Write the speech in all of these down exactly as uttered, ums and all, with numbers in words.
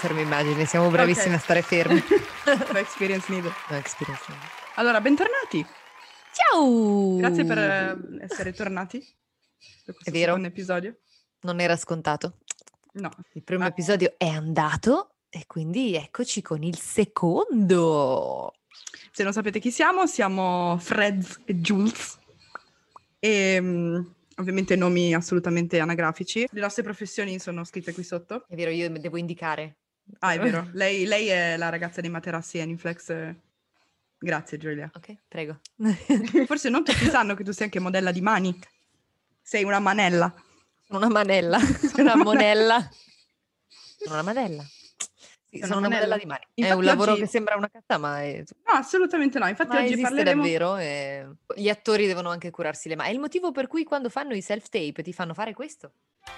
ferme immagini, siamo bravissimi Ok. a stare fermi. No experience needed. No experience. Allora, bentornati. Ciao! Grazie per eh, essere tornati per È questo vero, secondo episodio. non era scontato. No. Il primo Ah, episodio è andato e quindi eccoci con il secondo. se non sapete chi siamo, siamo Freds e Jules. E mm, ovviamente nomi assolutamente anagrafici. Le nostre professioni sono scritte qui sotto. È vero, io devo indicare. Ah, è vero. Lei, lei è la ragazza dei materassi Aniflex. Grazie, Giulia. Ok, prego. Forse non tutti sanno che tu sei anche modella di mani. Sei una manella. Sono una manella, Sei una una monella. Sono una manella. Sì, Sei una sono una manella. modella di mani. È Infatti un lavoro oggi- che sembra una cazzata, ma, è... No, assolutamente no. Infatti ma oggi esiste parleremo... davvero. E... Gli attori devono anche curarsi le mani. È il motivo per cui quando fanno i self-tape ti fanno fare questo.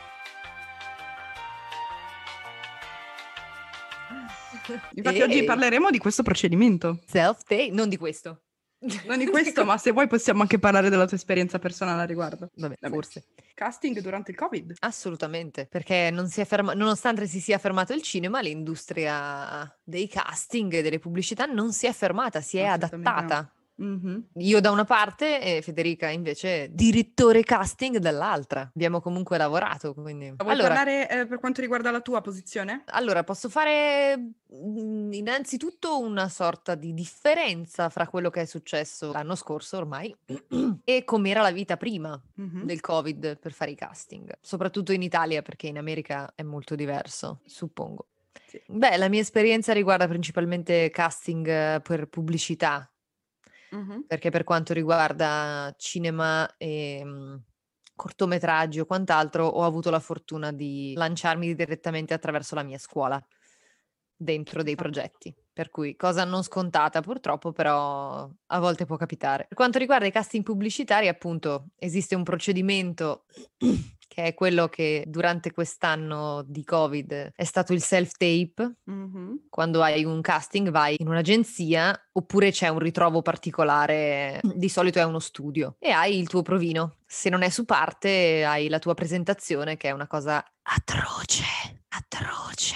Infatti E- oggi parleremo di questo procedimento. Self-tape, non di questo. Non di questo, ma se vuoi possiamo anche parlare della tua esperienza personale a riguardo. Vabbè, Vabbè. forse. Casting durante il Covid. Assolutamente, perché non si è ferma- nonostante si sia fermato il cinema, l'industria dei casting e delle pubblicità non si è fermata, si è Assolutamente no. adattata. Mhm. Io da una parte e Federica invece direttore casting dall'altra. Abbiamo comunque lavorato, quindi... Vuoi Allora, parlare eh, per quanto riguarda la tua posizione? allora, posso fare mm, innanzitutto una sorta di differenza fra quello che è successo l'anno scorso ormai e com'era la vita prima Mhm. del Covid per fare i casting, soprattutto in Italia perché in America è molto diverso, suppongo. Sì. Beh, la mia esperienza riguarda principalmente casting eh, per pubblicità, Mhm. perché per quanto riguarda cinema e mm, cortometraggi o quant'altro, ho avuto la fortuna di lanciarmi direttamente attraverso la mia scuola dentro dei Sta. progetti. Per cui cosa non scontata purtroppo, però a volte può capitare. Per quanto riguarda i casting pubblicitari, appunto, esiste un procedimento che è quello che durante quest'anno di Covid è stato il self-tape. Mhm. Quando hai un casting vai in un'agenzia oppure c'è un ritrovo particolare, di solito è uno studio, e hai il tuo provino. Se non è su parte hai la tua presentazione che è una cosa atroce, atroce.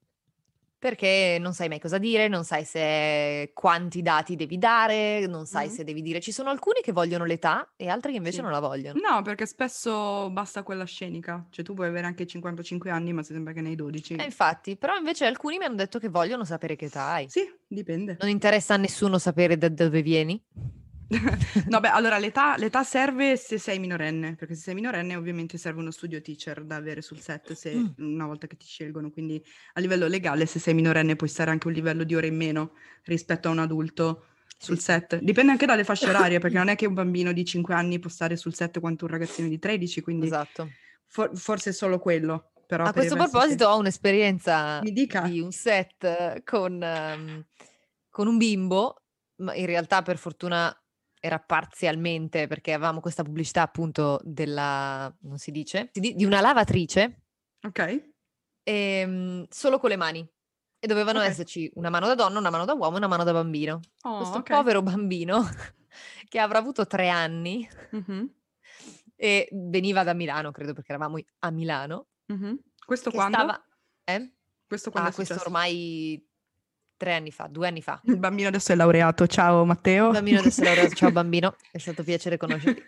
Perché non sai mai cosa dire, non sai se quanti dati devi dare, non sai Mhm. se devi dire. Ci sono alcuni che vogliono l'età e altri che invece Sì. non la vogliono. No, perché spesso basta quella scenica. Cioè tu puoi avere anche cinquantacinque anni, ma sembra che ne hai dodici. E infatti, però invece alcuni mi hanno detto che vogliono sapere che età hai. Sì, dipende. Non interessa a nessuno sapere da dove vieni? No, beh, allora l'età, l'età serve se sei minorenne, perché se sei minorenne ovviamente serve uno studio teacher da avere sul set se, una volta che ti scelgono, quindi a livello legale se sei minorenne puoi stare anche un livello di ore in meno rispetto a un adulto sul Sì, sì. set. Dipende anche dalle fasce orarie, perché non è che un bambino di cinque anni può stare sul set quanto un ragazzino di tredici, quindi Esatto. for- forse è solo quello, però A per il questo resto proposito sì. ho un'esperienza Mi dica. di un set con, ehm, con un bimbo, ma in realtà per fortuna era parzialmente perché avevamo questa pubblicità appunto della, non si dice, Si di di una lavatrice, Ok? ehm, solo con le mani. E dovevano Ok. esserci una mano da donna, una mano da uomo e una mano da bambino. Oh, Questo ok. povero bambino che avrà avuto tre anni Mhm, e veniva da Milano, credo perché eravamo i- a Milano, mhm. Questo che quando? stava... Eh? Questo quando Ah, è questo successo? ormai tre anni fa, due anni fa. Il bambino adesso è laureato. Ciao Il Matteo. bambino adesso è laureato. Ciao bambino, è stato piacere conoscerti.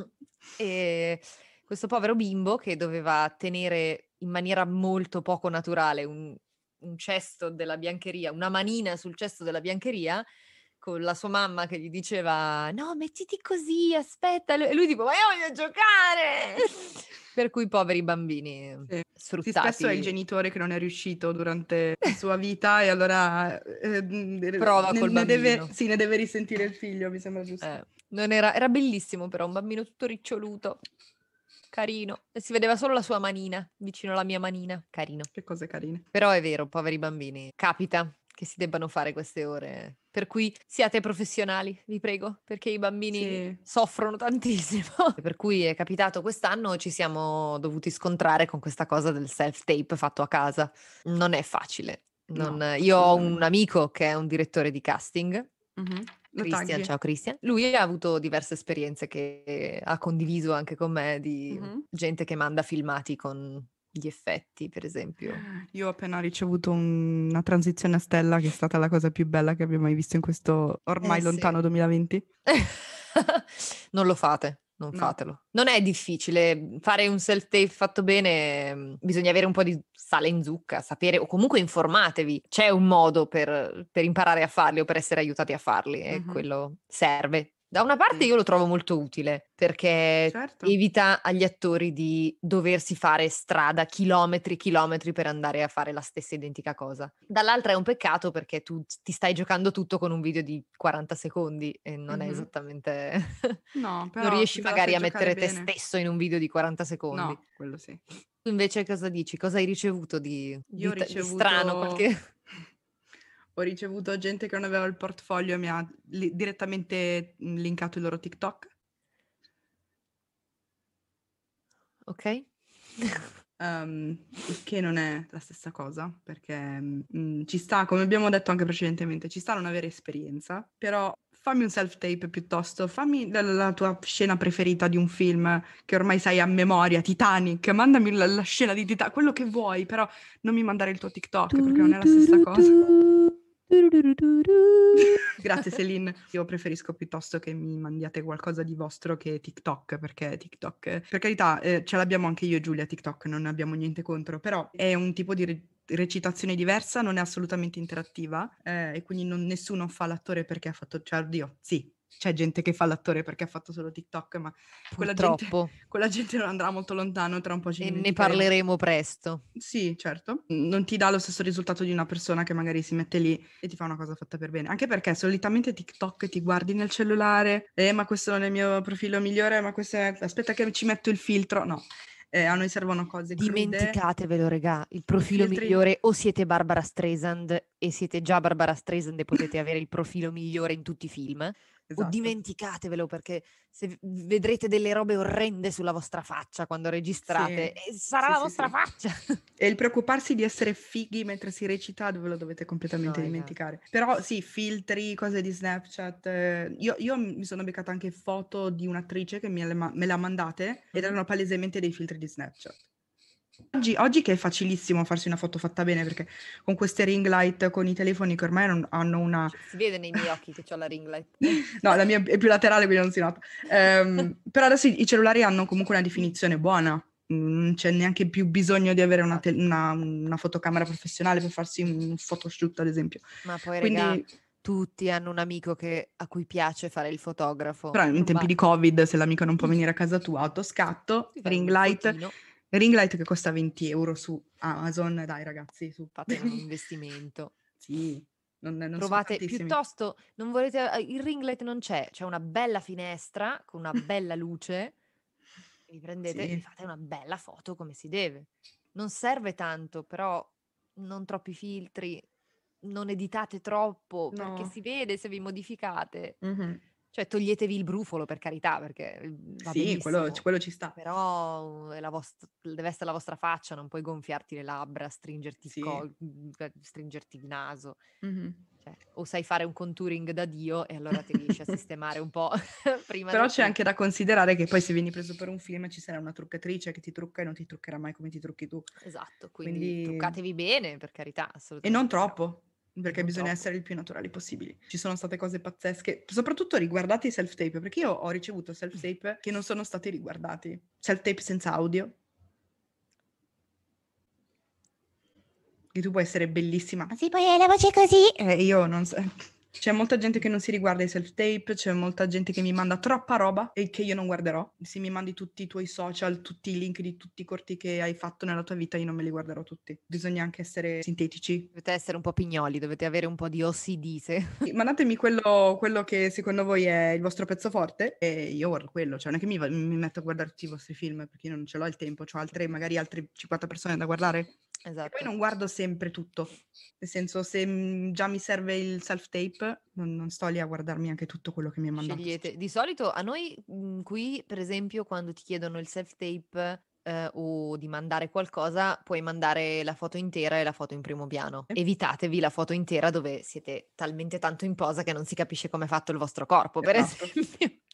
E questo povero bimbo che doveva tenere in maniera molto poco naturale un, un cesto della biancheria, una manina sul cesto della biancheria, con la sua mamma che gli diceva no, mettiti così, aspetta. E lui tipo, ma io voglio giocare! Per cui poveri bambini Sì. Sì, spesso è il sfruttati. genitore che non è riuscito durante la sua vita e allora eh, ne, Prova ne- col ne deve, bambino. sì, ne deve risentire il figlio, mi sembra giusto. Eh, non era, era bellissimo però, un bambino tutto riccioluto, carino. E si vedeva solo la sua manina, vicino alla mia manina, carino. Che cose carine. Però è vero, poveri bambini, capita che si debbano fare queste ore. Per cui siate professionali, vi prego, perché i bambini Sì. soffrono tantissimo. Per cui è capitato quest'anno, ci siamo dovuti scontrare con questa cosa del self-tape fatto a casa. Non è facile. No, Non- Io ho un assolutamente. amico che è un direttore di casting, Mhm. Lo Christian, tagli? ciao Christian. Lui ha avuto diverse esperienze che ha condiviso anche con me di Mhm. gente che manda filmati con gli effetti, per esempio. Io ho appena ricevuto un- una transizione a stella che è stata la cosa più bella che abbia mai visto in questo ormai Eh sì. lontano duemilaventi. Non lo fate, non No. fatelo. Non è difficile, fare un self-tape fatto bene, mm, bisogna avere un po' di sale in zucca, sapere, o comunque informatevi. C'è un modo per, per imparare a farli o per essere aiutati a farli e Mhm. quello serve. Da una parte Sì. io lo trovo molto utile perché Certo. evita agli attori di doversi fare strada chilometri e chilometri per andare a fare la stessa identica cosa. Dall'altra è un peccato perché tu ti stai giocando tutto con un video di quaranta secondi e non è Mhm. esattamente... No, non però riesci se te la magari sai a giocare mettere te bene. stesso in un video di quaranta secondi. No, quello sì. Tu invece cosa dici? Cosa hai ricevuto di, Io di ho ta- di strano? ricevuto... Qualche... Ho ricevuto gente che non aveva il portfolio e mi ha li- direttamente mm, linkato il loro TikTok. Ok? Ehm, il che non è la stessa cosa, perché mm, ci sta, come abbiamo detto anche precedentemente, ci sta a non avere esperienza, però fammi un self-tape piuttosto, fammi la, la tua scena preferita di un film che ormai sai a memoria, Titanic, mandami la, la scena di Titanic, quello che vuoi, però non mi mandare il tuo TikTok, perché non è la stessa cosa. Grazie Celine, io preferisco piuttosto che mi mandiate qualcosa di vostro che TikTok, perché TikTok, per carità, eh, ce l'abbiamo anche io e Giulia TikTok, non ne abbiamo niente contro, però è un tipo di re- recitazione diversa, non è assolutamente interattiva eh, e quindi non- nessuno fa l'attore perché ha fatto, cioè oddio, sì, c'è gente che fa l'attore perché ha fatto solo TikTok, ma quella gente, Purtroppo. quella gente non andrà molto lontano, tra un po' ci E ne dimenticheremo. parleremo presto. Sì, certo. Non ti dà lo stesso risultato di una persona che magari si mette lì e ti fa una cosa fatta per bene. Anche perché solitamente TikTok ti guardi nel cellulare, eh, ma questo non è il mio profilo migliore, ma questo è... aspetta che ci metto il filtro. No, eh, a noi servono cose crude. Dimenticatevelo, regà, il profilo filtri- migliore o siete Barbara Streisand e siete già Barbara Streisand e potete avere il profilo migliore in tutti i film, o Esatto. dimenticatevelo perché se v- vedrete delle robe orrende sulla vostra faccia quando registrate, Sì, e sarà sì, la sì, vostra sì. faccia. E il preoccuparsi di essere fighi mentre si recita, ve lo dovete completamente No, esatto. dimenticare. Però sì, filtri, cose di Snapchat. eh, Io, io mi sono beccata anche foto di un'attrice che me le, ma- me le ha mandate ed Mhm. erano palesemente dei filtri di Snapchat. Oggi, oggi che è facilissimo farsi una foto fatta bene perché con queste ring light, con i telefoni che ormai non- hanno una... Si vede nei miei occhi che ho la ring light. No, la mia è più laterale, quindi non si nota. Ehm, però adesso i, i cellulari hanno comunque una definizione buona. Mm, Non c'è neanche più bisogno di avere una, te- una- una fotocamera professionale per farsi un photoshoot, ad esempio. Ma poi, regà, Quindi, tutti hanno un amico che- a cui piace fare il fotografo. però in tempi di Basta. Covid, se l'amico non può venire a casa tua, autoscatto, Ti fai ring un light, fotino, ring light che costa venti euro su Amazon, dai ragazzi, su. fate un investimento. Sì, non, non sono Provate tantissimi. piuttosto, non volete, eh, il ring light non c'è, c'è una bella finestra con una bella luce, vi prendete e vi Sì. fate una bella foto come si deve. Non serve tanto, però non troppi filtri, non editate troppo, perché No. si vede se vi modificate. Mhm. Cioè toglietevi il brufolo per carità, perché eh, va Sì, quello, benissimo, quello ci sta. però è la vost- deve essere la vostra faccia, non puoi gonfiarti le labbra, stringerti il, Sì. co- stringerti il naso. Mhm. Cioè, o sai fare un contouring da Dio e allora ti riesci a sistemare un po' prima Però del c'è tutto. anche da considerare che poi se vieni preso per un film ci sarà una truccatrice che ti trucca e non ti truccherà mai come ti trucchi tu. Esatto, quindi Quindi... truccatevi bene, per carità, E assolutamente. non però- troppo, E perché non bisogna troppo. essere il più naturali possibili. Ci sono state cose pazzesche, soprattutto riguardate i self-tape, perché io ho ricevuto self-tape che non sono stati riguardati. Self-tape senza audio. Che tu puoi essere bellissima. Ma sì, poi hai la voce così. E io non so. C'è molta gente che non si riguarda i self-tape, c'è molta gente che mi manda troppa roba e che io non guarderò. Se mi mandi tutti i tuoi social, tutti i link di tutti i corti che hai fatto nella tua vita, io non me li guarderò tutti. Bisogna anche essere sintetici. Dovete essere un po' pignoli, dovete avere un po' di O C D se... Sì, mandatemi quello, quello che secondo voi è il vostro pezzo forte e io guardo quello, cioè non è che mi, va- mi metto a guardare tutti i vostri film perché io non ce l'ho il tempo, ho altre, magari altre cinquanta persone da guardare e poi Esatto. non guardo sempre tutto, nel senso se mm, già mi serve il self-tape non, non sto lì a guardarmi anche tutto quello che mi ha mandato. Scegliete. Di solito a noi mh, qui, per esempio, quando ti chiedono il self-tape eh, o di mandare qualcosa, puoi mandare la foto intera e la foto in primo piano. Sì. Evitatevi la foto intera dove siete talmente tanto in posa che non si capisce come è fatto il vostro corpo, per Esatto. esempio.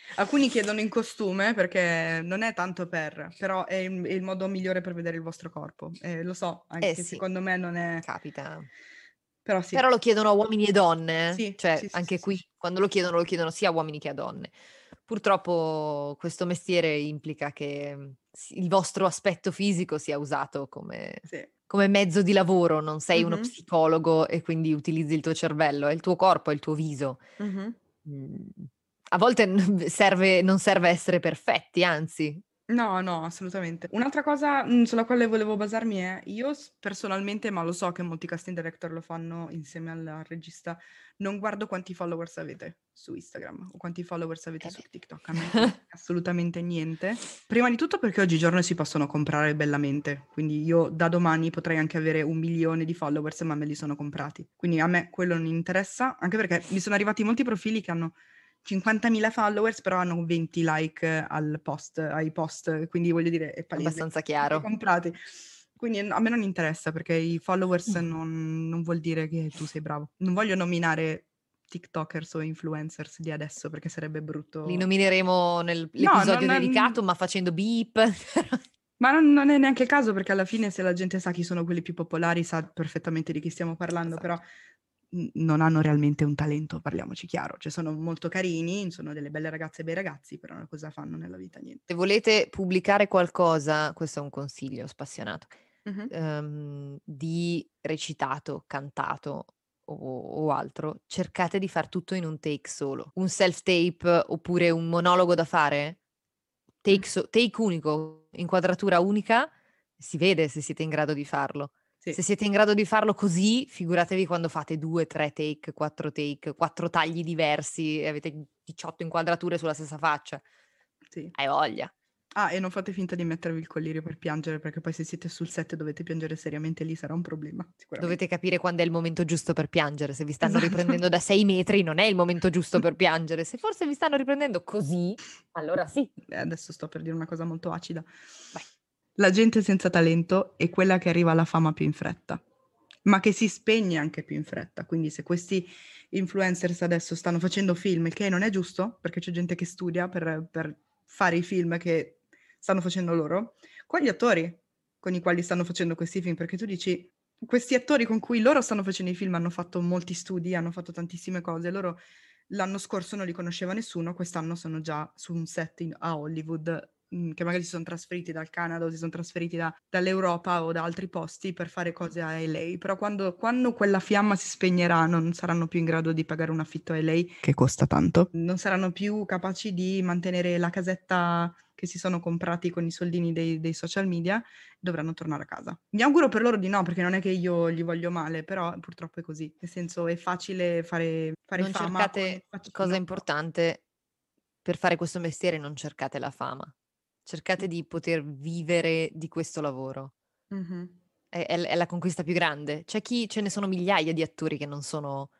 Alcuni chiedono in costume perché non è tanto per, però è il, è il modo migliore per vedere il vostro corpo. Eh, lo so, anche Eh che sì, secondo me non è... capita. Però sì, Però lo chiedono a uomini e donne, eh. sì, Cioè sì, sì, sì, anche sì, qui quando lo chiedono, lo chiedono sia a uomini che a donne. Purtroppo questo mestiere implica che, mhmm, s il vostro aspetto fisico sia usato come sì. come mezzo di lavoro, non sei uno Mhm, psicologo e quindi utilizzi il tuo cervello, è il tuo corpo, è il tuo viso. mhm. Mhmm, a volte n serve non serve essere perfetti, anzi. No, no, assolutamente. Un'altra cosa, mhmm, sulla quale volevo basarmi è, io s personalmente, ma lo so che molti casting director lo fanno insieme al al regista, non guardo quanti followers avete su Instagram o quanti followers avete Eh su beh. TikTok. A me non frega assolutamente niente. Prima di tutto perché oggigiorno si possono comprare bellamente, quindi io da domani potrei anche avere un milione di followers, ma me li sono comprati. Quindi a me quello non interessa, anche perché mi sono arrivati molti profili che hanno cinquantamila followers, però hanno venti like al post, ai post, quindi voglio dire, è palese, Abbastanza li hai chiaro. comprati. Quindi a me non interessa perché i followers non, non vuol dire che tu sei bravo. Non voglio nominare TikTokers o influencers di adesso perché sarebbe Li brutto. nomineremo No, nell'episodio dedicato, non, ma facendo beep. ma non, non è neanche il caso perché alla fine se la gente sa chi sono quelli più popolari sa perfettamente di chi stiamo parlando, però Esatto. mh, non hanno realmente un talento, parliamoci chiaro. Cioè sono molto carini, sono delle belle ragazze e bei ragazzi, però cosa fanno nella vita? Niente. Se volete pubblicare qualcosa, questo è un consiglio spassionato, Mhm. ehm, di recitato, cantato o, o altro, cercate di far tutto in un take solo. Un self-tape oppure un monologo da fare, Mm, take, so- take unico, inquadratura unica, si vede se siete in grado di farlo. Se sì, siete in grado di farlo così, figuratevi quando fate due, tre take, quattro take, quattro tagli diversi e avete diciotto inquadrature sulla stessa faccia. sì. Hai voglia. Ah, e non fate finta di mettervi il collirio per piangere, perché poi se siete sul set e dovete piangere seriamente lì sarà un problema, sicuramente. Dovete capire quando è il momento giusto per piangere. Se vi stanno Esatto. riprendendo da sei metri non è il momento giusto per piangere. Se forse vi stanno riprendendo così, allora sì. Eh, Adesso sto per dire una cosa molto acida. Vai. La gente senza talento è quella che arriva alla fama più in fretta, ma che si spegne anche più in fretta. Quindi se questi influencers adesso stanno facendo film, il che non è giusto, perché c'è gente che studia per, per fare i film che stanno facendo loro, con gli attori con i quali stanno facendo questi film, perché tu dici, questi attori con cui loro stanno facendo i film hanno fatto molti studi, hanno fatto tantissime cose, loro l'anno scorso non li conosceva nessuno, quest'anno sono già su un set in- a Hollywood, mh, che magari si sono trasferiti dal Canada o si sono trasferiti da- dall'Europa o da altri posti per fare cose a L A, però quando, quando quella fiamma si spegnerà non saranno più in grado di pagare un affitto a L A, che costa tanto, non saranno più capaci di mantenere la casetta che si sono comprati con i soldini dei, dei social media, dovranno tornare a casa. Mi auguro per loro di no, perché non è che io gli voglio male, però purtroppo è così. Nel senso è facile fare, fare Non fama con un cercate, cosa faccino. importante, per fare questo mestiere non cercate la fama. Cercate di poter vivere di questo lavoro. Mhm. È, è l- è la conquista più grande. C'è chi, ce ne sono migliaia di attori che non sono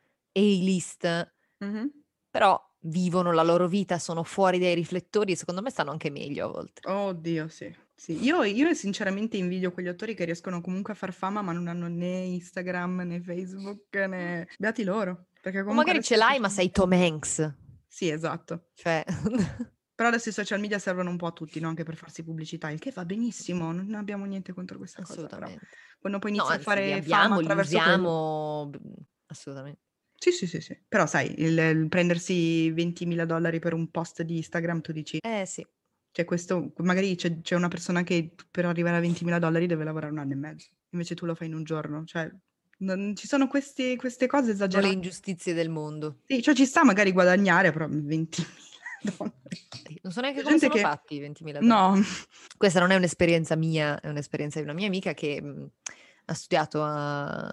A-list, Mhm. però vivono la loro vita, sono fuori dai riflettori e secondo me stanno anche meglio a volte. Oddio, sì. Sì. Io, io sinceramente invidio quegli attori che riescono comunque a far fama, ma non hanno né Instagram né Facebook né... Beati loro, perché O comunque magari ce adesso i l'hai, ma social... sei Tom Hanks. Sì, esatto. Cioè, Però adesso i social media servono un po' a tutti, no? Anche per farsi pubblicità, il che va benissimo, non abbiamo niente contro questa cosa, però assolutamente. quando poi No, inizi a anzi, li fare fama abbiamo, li attraverso quello... usiamo, b- assolutamente. Sì, sì, sì, sì. Però sai, il, il prendersi ventimila dollari per un post di Instagram, tu dici, Eh sì, cioè questo, magari c'è, c'è una persona che per arrivare a ventimila dollari deve lavorare un anno e mezzo, invece tu lo fai in un giorno, cioè non- ci sono questi- queste cose sono le esagerate. ingiustizie del mondo. Sì, cioè ci sta magari guadagnare, però ventimila dollari. Eh, Non so neanche C'è come gente sono che... fatti i ventimila dollari. No. Questa non è un'esperienza mia, è un'esperienza di una mia amica che mh, ha studiato a,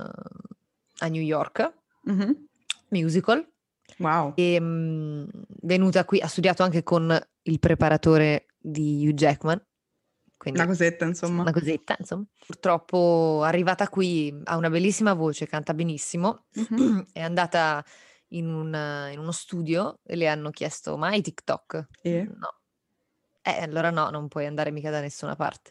a New York, Mhm. musical, Wow. e mh, venuta qui, ha studiato anche con il preparatore di Hugh Jackman, Una quindi cosetta, insomma, insomma. una cosetta, insomma. Purtroppo arrivata qui ha una bellissima voce, canta benissimo, Mhm. è andata in, un- in uno studio e le hanno chiesto, ma hai TikTok? E? No. Eh, allora no, non puoi andare mica da nessuna parte.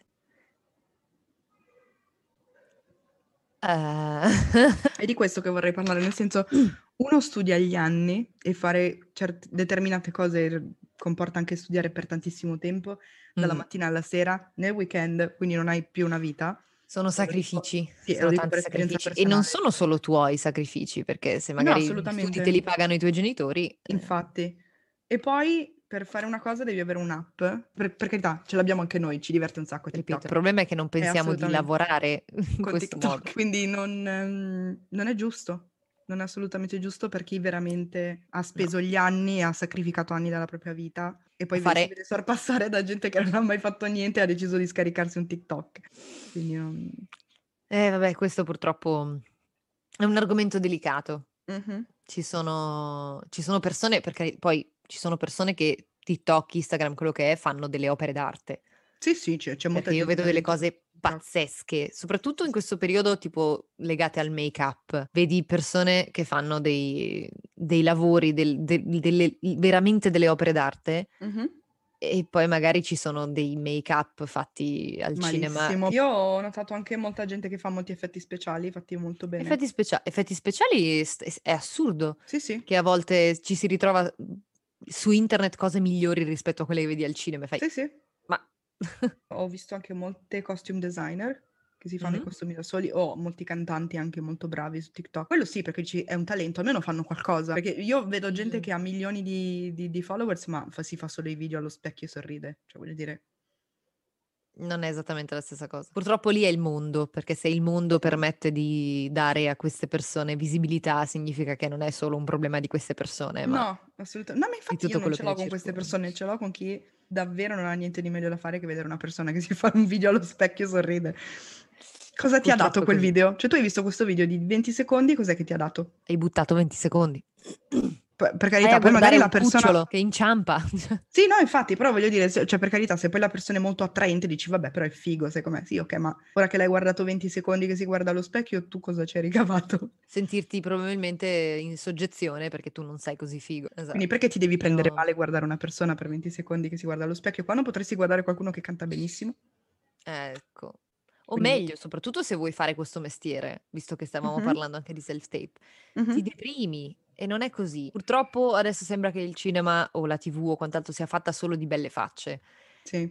Eh, È di questo che vorrei parlare, nel senso, uno studia gli anni e fare certe, determinate cose comporta anche studiare per tantissimo tempo, dalla Mm. mattina alla sera, nel weekend, quindi non hai più una vita. Sono E lo dico, sacrifici, sì, e lo sono dico tanti per esperienza sacrifici. E non personale. sono solo tuoi sacrifici, perché se No, magari gli studi te li assolutamente. pagano i tuoi genitori, eh, Infatti. E poi per fare una cosa devi avere un'app. Per, per carità, ce l'abbiamo anche noi, ci diverte un sacco ripeto, il TikTok. problema è che non È pensiamo di assolutamente lavorare in con questo modo. TikTok, quindi non, ehm, non è giusto. Non è assolutamente giusto per chi veramente ha No, speso gli anni e ha sacrificato anni della propria vita e a poi ve- si fare... vede sorpassare da gente che non ha mai fatto niente e ha deciso di scaricarsi un TikTok. Quindi non... Eh, vabbè, questo purtroppo è un argomento delicato. Mhm. Ci sono, ci sono persone, perché poi ci sono persone che TikTok, Instagram, quello che è, fanno delle opere d'arte. Sì, sì, c'è, c'è molta Perché io gente vedo delle talentuosa su cose TikTok. pazzesche, soprattutto Sì, in sì. questo periodo, tipo legate al make-up. Vedi persone che fanno dei, dei lavori, del- de- delle, veramente delle opere d'arte, Mhm. e poi magari ci sono dei make-up fatti al cinema. Malissimo. Io ho notato anche molta gente che fa molti effetti speciali, fatti molto bene. Effetti, specia- effetti speciali st- è assurdo Sì, sì, che a volte ci si ritrova mhmm, su internet cose migliori rispetto a quelle che vedi al cinema. e Fai, sì, sì. ma... Ho visto anche molte costume designer che si fanno i Mhm. costumi da soli, o molti cantanti anche molto bravi su TikTok. Quello sì, perché ci- è un talento, almeno fanno qualcosa. Perché io vedo gente Mm. che ha milioni di, di- di followers, ma fa- si fa solo i video allo specchio e sorride. Cioè, voglio dire, Non è esattamente la stessa cosa. Purtroppo lì è il mondo, perché se il mondo permette di dare a queste persone visibilità, significa che non è solo un problema di queste persone, ma no, assolutamente. No, ma di infatti io tutto non quello ce che l'ho le con queste circonda. persone, ce l'ho con chi davvero non ha niente di meglio da fare che vedere una persona che si fa un video allo specchio e sorride. Cosa ti ha dato Purtroppo è quel così. video? Cioè, tu hai visto questo video di venti secondi, cos'è che ti ha dato? Hai buttato venti secondi. P- per Vai carità, a poi magari guardare la un persona... cucciolo che inciampa. Sì, no, infatti, però voglio dire, se- cioè per carità, se poi la persona è molto attraente, dici, vabbè, però è figo, sai com'è? Sì, ok, ma ora che l'hai guardato venti secondi che si guarda allo specchio, tu cosa ci hai ricavato? Sentirti probabilmente in soggezione perché tu non sei così figo. Quindi Esatto. perché ti devi prendere Io, male guardare una persona per venti secondi che si guarda allo specchio, quando potresti guardare qualcuno che canta benissimo? ecco. O Quindi... meglio, soprattutto se vuoi fare questo mestiere, visto che stavamo Mhm, parlando anche di self-tape, ti mhm, deprimi e non è così. Purtroppo adesso sembra che il cinema o la T V o quant'altro sia fatta solo di belle facce. sì,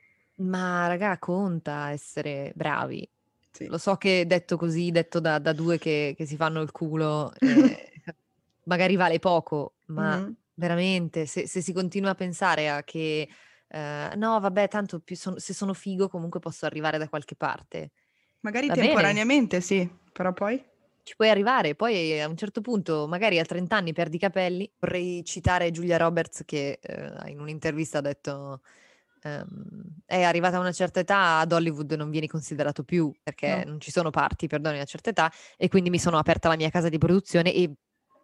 Ma raga, conta essere bravi. sì. Lo so che detto così, detto da, da due che, che si fanno il culo, eh, magari vale poco, ma Mhm. veramente, se, se si continua a pensare a che eh, no, vabbè, tanto più son- se sono figo comunque posso arrivare da qualche parte. Magari Va bene, temporaneamente, sì, però poi... ci puoi arrivare, poi a un certo punto, magari a trenta anni perdi i capelli. Vorrei citare Giulia Roberts che eh, in un'intervista ha detto ehm, è arrivata a una certa età, ad Hollywood non vieni considerato più perché No. non ci sono parti, perdoni, a una certa età, e quindi mi sono aperta la mia casa di produzione e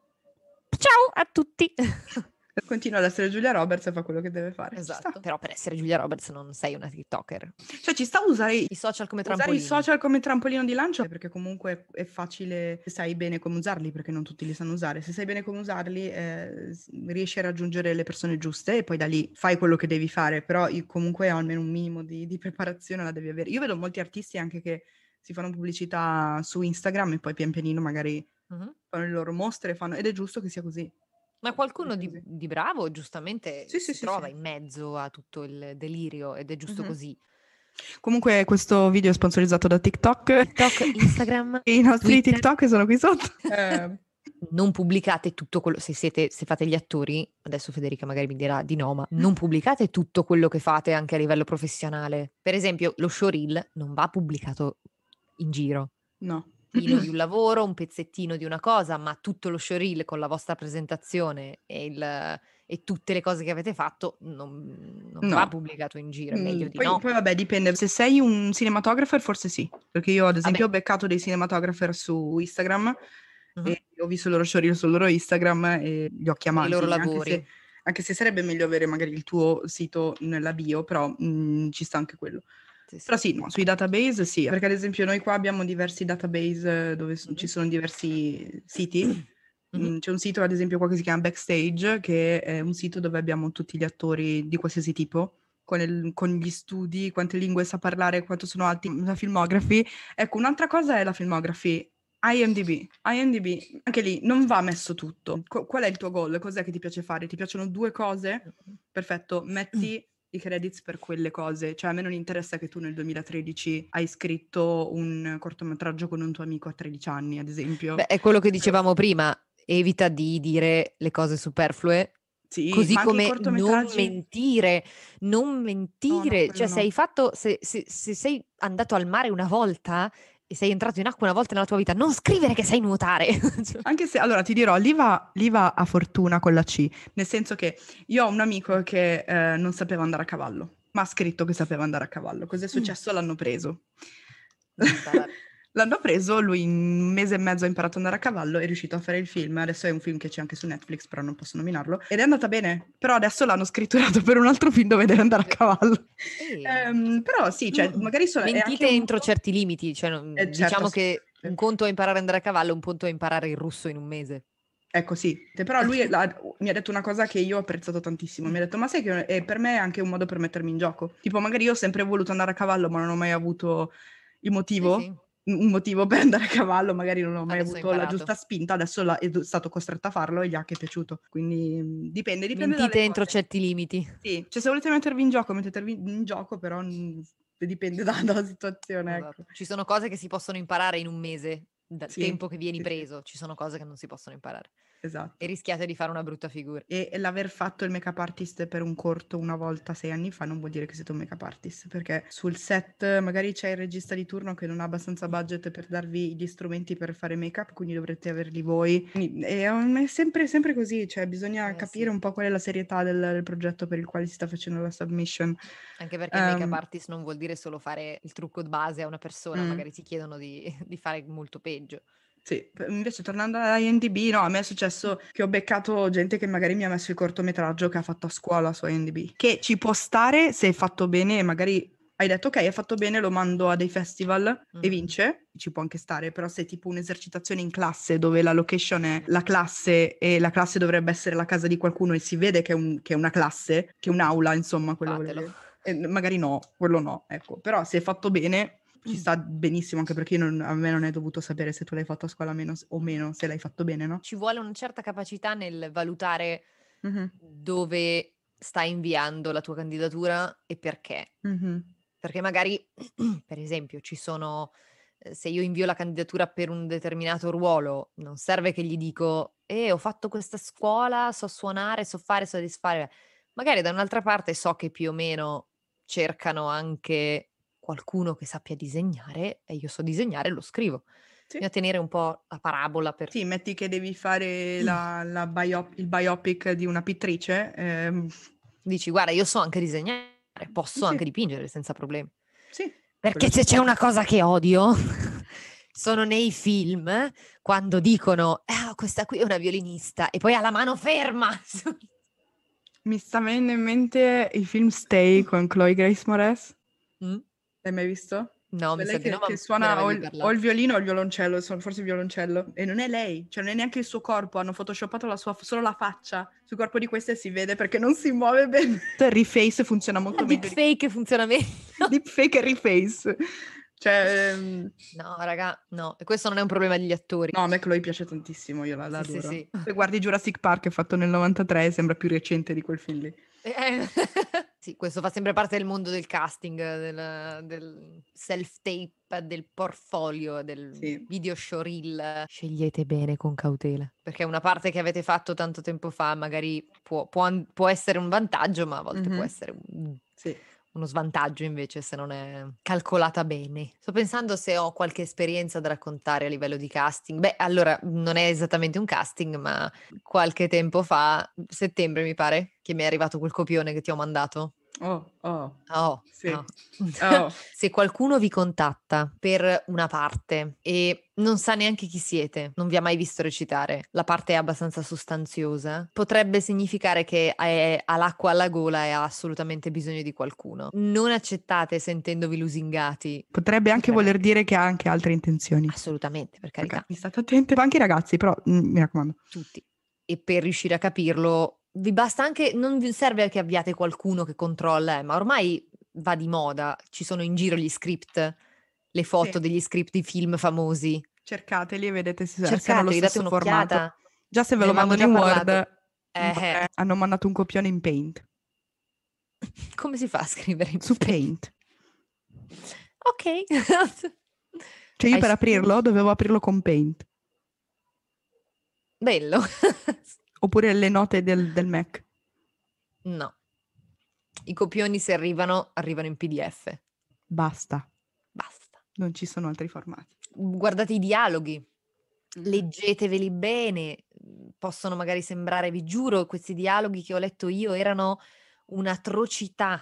ciao a tutti! Continua ad essere Giulia Roberts e fa quello che deve fare. Ci sta. Esatto, però per essere Giulia Roberts non sei una TikToker. Cioè, ci sta a usare, I social come usare i trampolino. social come trampolino di lancio, perché comunque è facile se sai bene come usarli, perché non tutti li sanno usare. Se sai bene come usarli, eh, s- riesci a raggiungere le persone giuste e poi da lì fai quello che devi fare, però io comunque almeno un minimo di, di preparazione la devi avere. Io vedo molti artisti anche che si fanno pubblicità su Instagram e poi pian pianino magari Mhm. fanno le loro mostre, fanno... ed è giusto che sia così. Ma Che qualcuno sia di, così. di bravo giustamente Sì, sì, si sì, sì. trova in mezzo a tutto il delirio ed è giusto Mhm. così. Comunque questo video è sponsorizzato da TikTok TikTok, Instagram, e i nostri Twitter. TikTok sono qui sotto. Eh, Non pubblicate tutto quello, se siete, se fate gli attori, adesso Federica magari mi dirà di no, ma non pubblicate tutto quello che fate anche a livello professionale. Per esempio, lo showreel non va pubblicato in giro. no. Pezzettino di un lavoro, un pezzettino di una cosa, ma tutto lo showreel con la vostra presentazione e, il, e tutte le cose che avete fatto non, non va No. pubblicato in giro, è Mm, meglio di poi, no. poi vabbè, dipende. Se sei un cinematographer, forse sì. Perché io, ad esempio, Vabbè, ho beccato dei cinematographer su Instagram mhm, e ho visto il loro showreel sul loro Instagram e li ho per i loro chiamati, anche se, lavori. anche se sarebbe meglio avere magari il tuo sito nella bio, però mm, ci sta anche quello. Sì, Però sì. sì, no, sui database sì, perché ad esempio noi qua abbiamo diversi database eh, dove s- ci Mhm. sono diversi siti. Mhm. Mm, C'è un sito ad esempio qua che si chiama Backstage, che è un sito dove abbiamo tutti gli attori di qualsiasi tipo, con, il- con gli studi, quante lingue sa parlare, quanto sono alti, la filmography. Ecco, un'altra cosa è la filmography. IMDb, IMDb, anche lì non va messo tutto. Qu- qual è il tuo goal? Cos'è che ti piace fare? Ti piacciono due cose? Perfetto, metti i credits per quelle cose. Cioè a me non interessa che tu nel duemilatredici hai scritto un cortometraggio con un tuo amico a tredici anni, ad esempio. Beh, è quello che dicevamo prima, evita di dire le cose superflue, Sì, così ma anche i come non cortometraggi... mentire, non No, no, mentire, quello cioè se no. hai fatto, se, se- se sei andato al mare una volta e sei entrato in acqua una volta nella tua vita, non scrivere che sai nuotare. Cioè, Anche se, allora ti dirò, lì va, lì va a fortuna con la C, nel senso che io ho un amico che eh, non sapeva andare a cavallo, ma ha scritto che sapeva andare a cavallo. Cos'è successo? L'hanno preso. devi imparare. L'hanno preso, lui in un mese e mezzo ha imparato ad andare a cavallo, è riuscito a fare il film, adesso è un film che c'è anche su Netflix, però non posso nominarlo, ed è andata bene, però adesso l'hanno scritturato per un altro film dove deve andare a cavallo. E... Ehm, però sì, cioè, magari sono, è anche Mentite un entro modo... certi limiti, cioè, non- Eh, certo, diciamo sì. che un conto è imparare ad andare a cavallo, un conto è imparare il russo in un mese. Ecco sì, però lui l'ha- mi ha detto una cosa che io ho apprezzato tantissimo, mi ha detto ma sai che è, per me è anche un modo per mettermi in gioco, tipo magari io ho sempre voluto andare a cavallo ma non ho mai avuto il Sì, motivo, sì, un motivo per andare a cavallo, magari non ho mai adesso ho avuto la imparato. giusta spinta, adesso la- è stato costretto a farlo e gli ha anche piaciuto, quindi mh, dipende, dipende dalle Mentite entro cose. certi limiti. Sì, cioè se volete mettervi in gioco, mettetevi in gioco, però mh, dipende da- dalla situazione, ecco. Esatto. Ci sono cose che si possono imparare in un mese, dal Sì, tempo che vieni sì, sì, preso, ci sono cose che non si possono imparare. E esatto. rischiate di fare una brutta figura. E l'aver fatto il make-up artist per un corto una volta sei anni fa non vuol dire che siete un make-up artist, perché sul set magari c'è il regista di turno che non ha abbastanza budget per darvi gli strumenti per fare make-up, quindi dovrete averli voi. Quindi è, è sempre, sempre così, cioè bisogna Eh, capire sì. un po' qual è la serietà del, del progetto per il quale si sta facendo la submission. Anche perché make-up Ehm, artist non vuol dire solo fare il trucco di base a una persona, mm. magari ti chiedono di, di fare molto peggio. Sì, p- invece tornando a IMDb, no, a me è successo che ho beccato gente che magari mi ha messo il cortometraggio che ha fatto a scuola su IMDb, che ci può stare se è fatto bene e magari hai detto ok, è fatto bene, lo mando a dei festival e Mm. vince, ci può anche stare, però se è tipo un'esercitazione in classe dove la location è la classe e la classe dovrebbe essere la casa di qualcuno e si vede che è, un- che è una classe, che è un'aula, insomma, quello volevo Fatelo. dire. E magari no, quello no, ecco, però se è fatto bene ci sta benissimo, anche perché io non- a me non è dovuto sapere se tu l'hai fatto a scuola meno, o meno, se l'hai fatto bene, no? Ci vuole una certa capacità nel valutare Mhm, dove stai inviando la tua candidatura e perché. mhm. Perché magari, per esempio, ci sono, eh, se io invio la candidatura per un determinato ruolo, non serve che gli dico, eh, ho fatto questa scuola, so suonare, so fare, so disfare. Magari da un'altra parte so che più o meno cercano anche qualcuno che sappia disegnare e io so disegnare e lo scrivo. Sì. Bisogna tenere un po' la parabola per... Sì, metti che devi fare la, la bio- il biopic di una pittrice. ehm, Dici, guarda, io so anche disegnare, posso sì, anche dipingere senza problemi. sì, Perché quello se ci c'è sta. una cosa che odio, sono nei film quando dicono, ah, questa qui è una violinista e poi ha la mano ferma. Mi sta venendo in mente il film Stay con Chloe Grace Moretz. Mm? L'hai mai visto? No, mi Cioè sa lei di no, che, ma che me ne suona o avevi il, o parlato. il violino o il violoncello, so- forse il violoncello. E non è lei, cioè non è neanche il suo corpo, hanno photoshoppato la sua, solo la faccia sul corpo di questa e si vede perché non si muove bene. Il reface funziona La molto meglio di deepfake funziona meglio. deepfake e reface. Cioè, ehm, No, raga, no. E questo non è un problema degli attori. no, a me Chloe piace tantissimo, io la, la Sì, sì, adoro. sì. Se guardi Jurassic Park, è fatto nel novantatré, sembra più recente di quel film lì. Eh, sì, questo fa sempre parte del mondo del casting, del, del self-tape, del portfolio, del Sì. video showreel. Scegliete bene con cautela, perché una parte che avete fatto tanto tempo fa magari può, può an- può essere un vantaggio, ma a volte può Mhm. essere un- Sì. uno svantaggio invece se non è calcolata bene. Sto pensando se ho qualche esperienza da raccontare a livello di casting. Beh, allora non è esattamente un casting, ma qualche tempo fa, settembre mi pare, che mi è arrivato quel copione che ti ho mandato. Oh, oh, Oh, sì. oh. Oh. Se qualcuno vi contatta per una parte e non sa neanche chi siete, non vi ha mai visto recitare, la parte è abbastanza sostanziosa, potrebbe significare che è- ha l'acqua alla gola e ha assolutamente bisogno di qualcuno. Non accettate sentendovi lusingati. Potrebbe anche Potrebbe voler dire che ha anche altre intenzioni. assolutamente, per Ok, carità, mi state attenti, ma anche i ragazzi, però mm, mi raccomando. tutti. E per riuscire a capirlo, vi basta anche, non vi serve che abbiate qualcuno che controlla, eh, ma ormai va di moda, ci sono in giro gli script, le Sì, foto degli script di film famosi. Cercateli e vedete se, se hanno lo Cercateli, date stesso formato. un'occhiata. Già se ve Ne lo avevamo mandano già in Word, parlato. un po', Eh, eh, hanno mandato un copione in Paint. come si fa a scrivere in Su Paint? Paint. Ok. Cioè io Hai per scu- aprirlo dovevo aprirlo con Paint. Bello. Oppure le note del, del Mac. No. I copioni se arrivano, arrivano in P D F. Basta. Basta. Non ci sono altri formati. Guardate i dialoghi. Mhm. Leggeteveli bene, possono magari sembrare, vi giuro, questi dialoghi che ho letto io erano un'atrocità.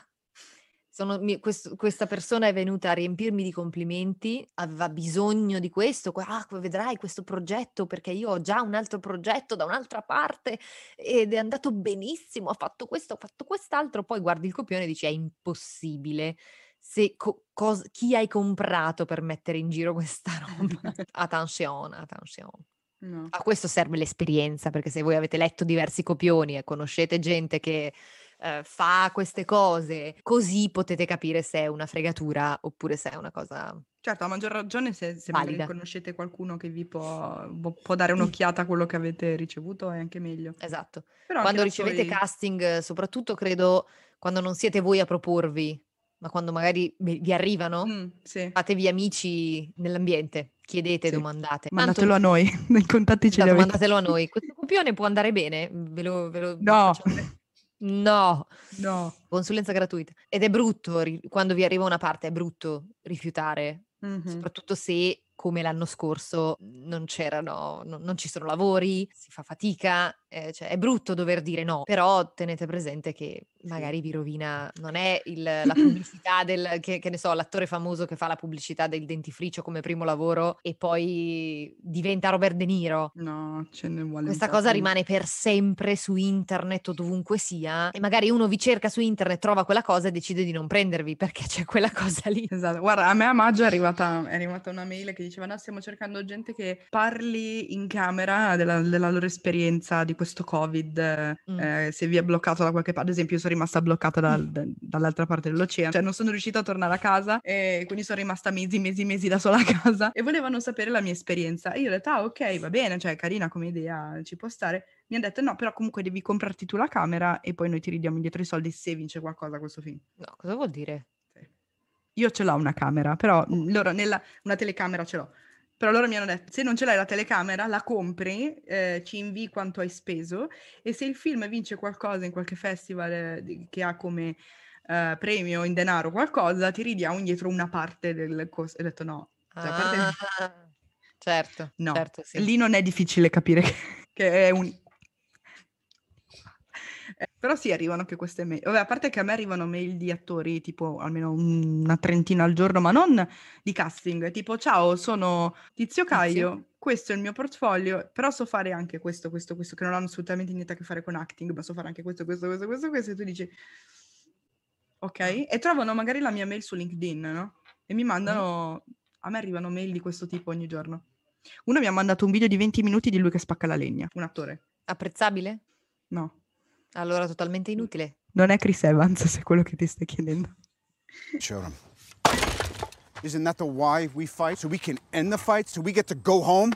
Sono, mi- questo- questa persona è venuta a riempirmi di complimenti, aveva bisogno di questo, que- ah, vedrai questo progetto perché io ho già un altro progetto da un'altra parte ed è andato benissimo, ha fatto questo, ha fatto quest'altro, poi guardi il copione e dici è impossibile. Se co- cos- chi hai comprato per mettere in giro questa roba? Attenzione, attenzione. No. A questo serve l'esperienza, perché se voi avete letto diversi copioni e conoscete gente che eh, fa queste cose, così potete capire se è una fregatura oppure se è una cosa Certo, a maggior ragione se, se magari valida. conoscete qualcuno che vi può, può- può dare un'occhiata a quello che avete ricevuto è anche meglio. Esatto. Però anche Quando da ricevete soli... casting, eh, soprattutto credo quando non siete voi a proporvi, ma quando magari vi vi arrivano, Mm, sì, fatevi amici nell'ambiente, chiedete, sì. domandate. Mandatelo Tanto, a noi, nei contatti ce li esatto, avete. mandatelo a noi. Questo copione può andare bene? Ve lo, ve lo No, facciamo vedere? No. no. Consulenza gratuita. Ed è brutto, ri- quando vi arriva una parte, è brutto rifiutare, Mhm. soprattutto se, come l'anno scorso, non c'erano, non, non ci sono lavori, si fa fatica, eh, cioè è brutto dover dire no, però tenete presente che magari vi rovina, non è il- la pubblicità del, che, che ne so, l'attore famoso che fa la pubblicità del dentifricio come primo lavoro e poi diventa Robert De Niro. No, ce ne vuole un Questa po' cosa prima. rimane per sempre su internet o dovunque sia e magari uno vi cerca su internet, trova quella cosa e decide di non prendervi perché c'è quella cosa lì. Esatto, guarda, a me a maggio è arrivata, è arrivata una mail che diceva no, stiamo cercando gente che parli in camera della, della loro esperienza di questo Covid, Mm. eh, se vi è bloccato da qualche parte. Ad esempio io sono rimasta bloccata dal- da- dall'altra parte dell'oceano, cioè non sono riuscita a tornare a casa e quindi sono rimasta mesi, mesi, mesi da sola a casa e volevano sapere la mia esperienza. E io ho detto, ah ok, va bene, cioè carina come idea, ci può stare. Mi hanno detto no, però comunque devi comprarti tu la camera e poi noi ti ridiamo indietro i soldi se vince qualcosa questo film. No, cosa vuol dire? Sì. Io ce l'ho una camera, però mh, loro nella, una telecamera ce l'ho. Però loro mi hanno detto, se non ce l'hai la telecamera, la compri, eh, ci invii quanto hai speso e se il film vince qualcosa in qualche festival eh, di- che ha come eh, premio in denaro qualcosa, ti ridiamo indietro una parte del costo. E ho detto no, cioè a parte... Ah, certo, No, certo, sì. lì non è difficile capire che, che è un... Eh, però sì, arrivano anche queste mail. Vabbè, a parte che a me arrivano mail di attori, tipo almeno un- una trentina al giorno, ma non di casting, tipo ciao, sono Tizio Tizio? Caio, questo è il mio portfolio, però so fare anche questo, questo, questo, che non hanno assolutamente niente a che fare con acting, ma so fare anche questo, questo, questo, questo, questo, e tu dici, ok, Ah. e trovano magari la mia mail su LinkedIn, no? E mi Mm. mandano, a me arrivano mail di questo tipo ogni giorno. Uno mi ha mandato un video di venti minuti di lui che spacca la legna, un attore. Apprezzabile? No, Allora totalmente inutile. non è Chris Evans, se è quello che ti stai chiedendo. Showed him. Isn't that the why we fight? So we can end the fight? So we get to go home?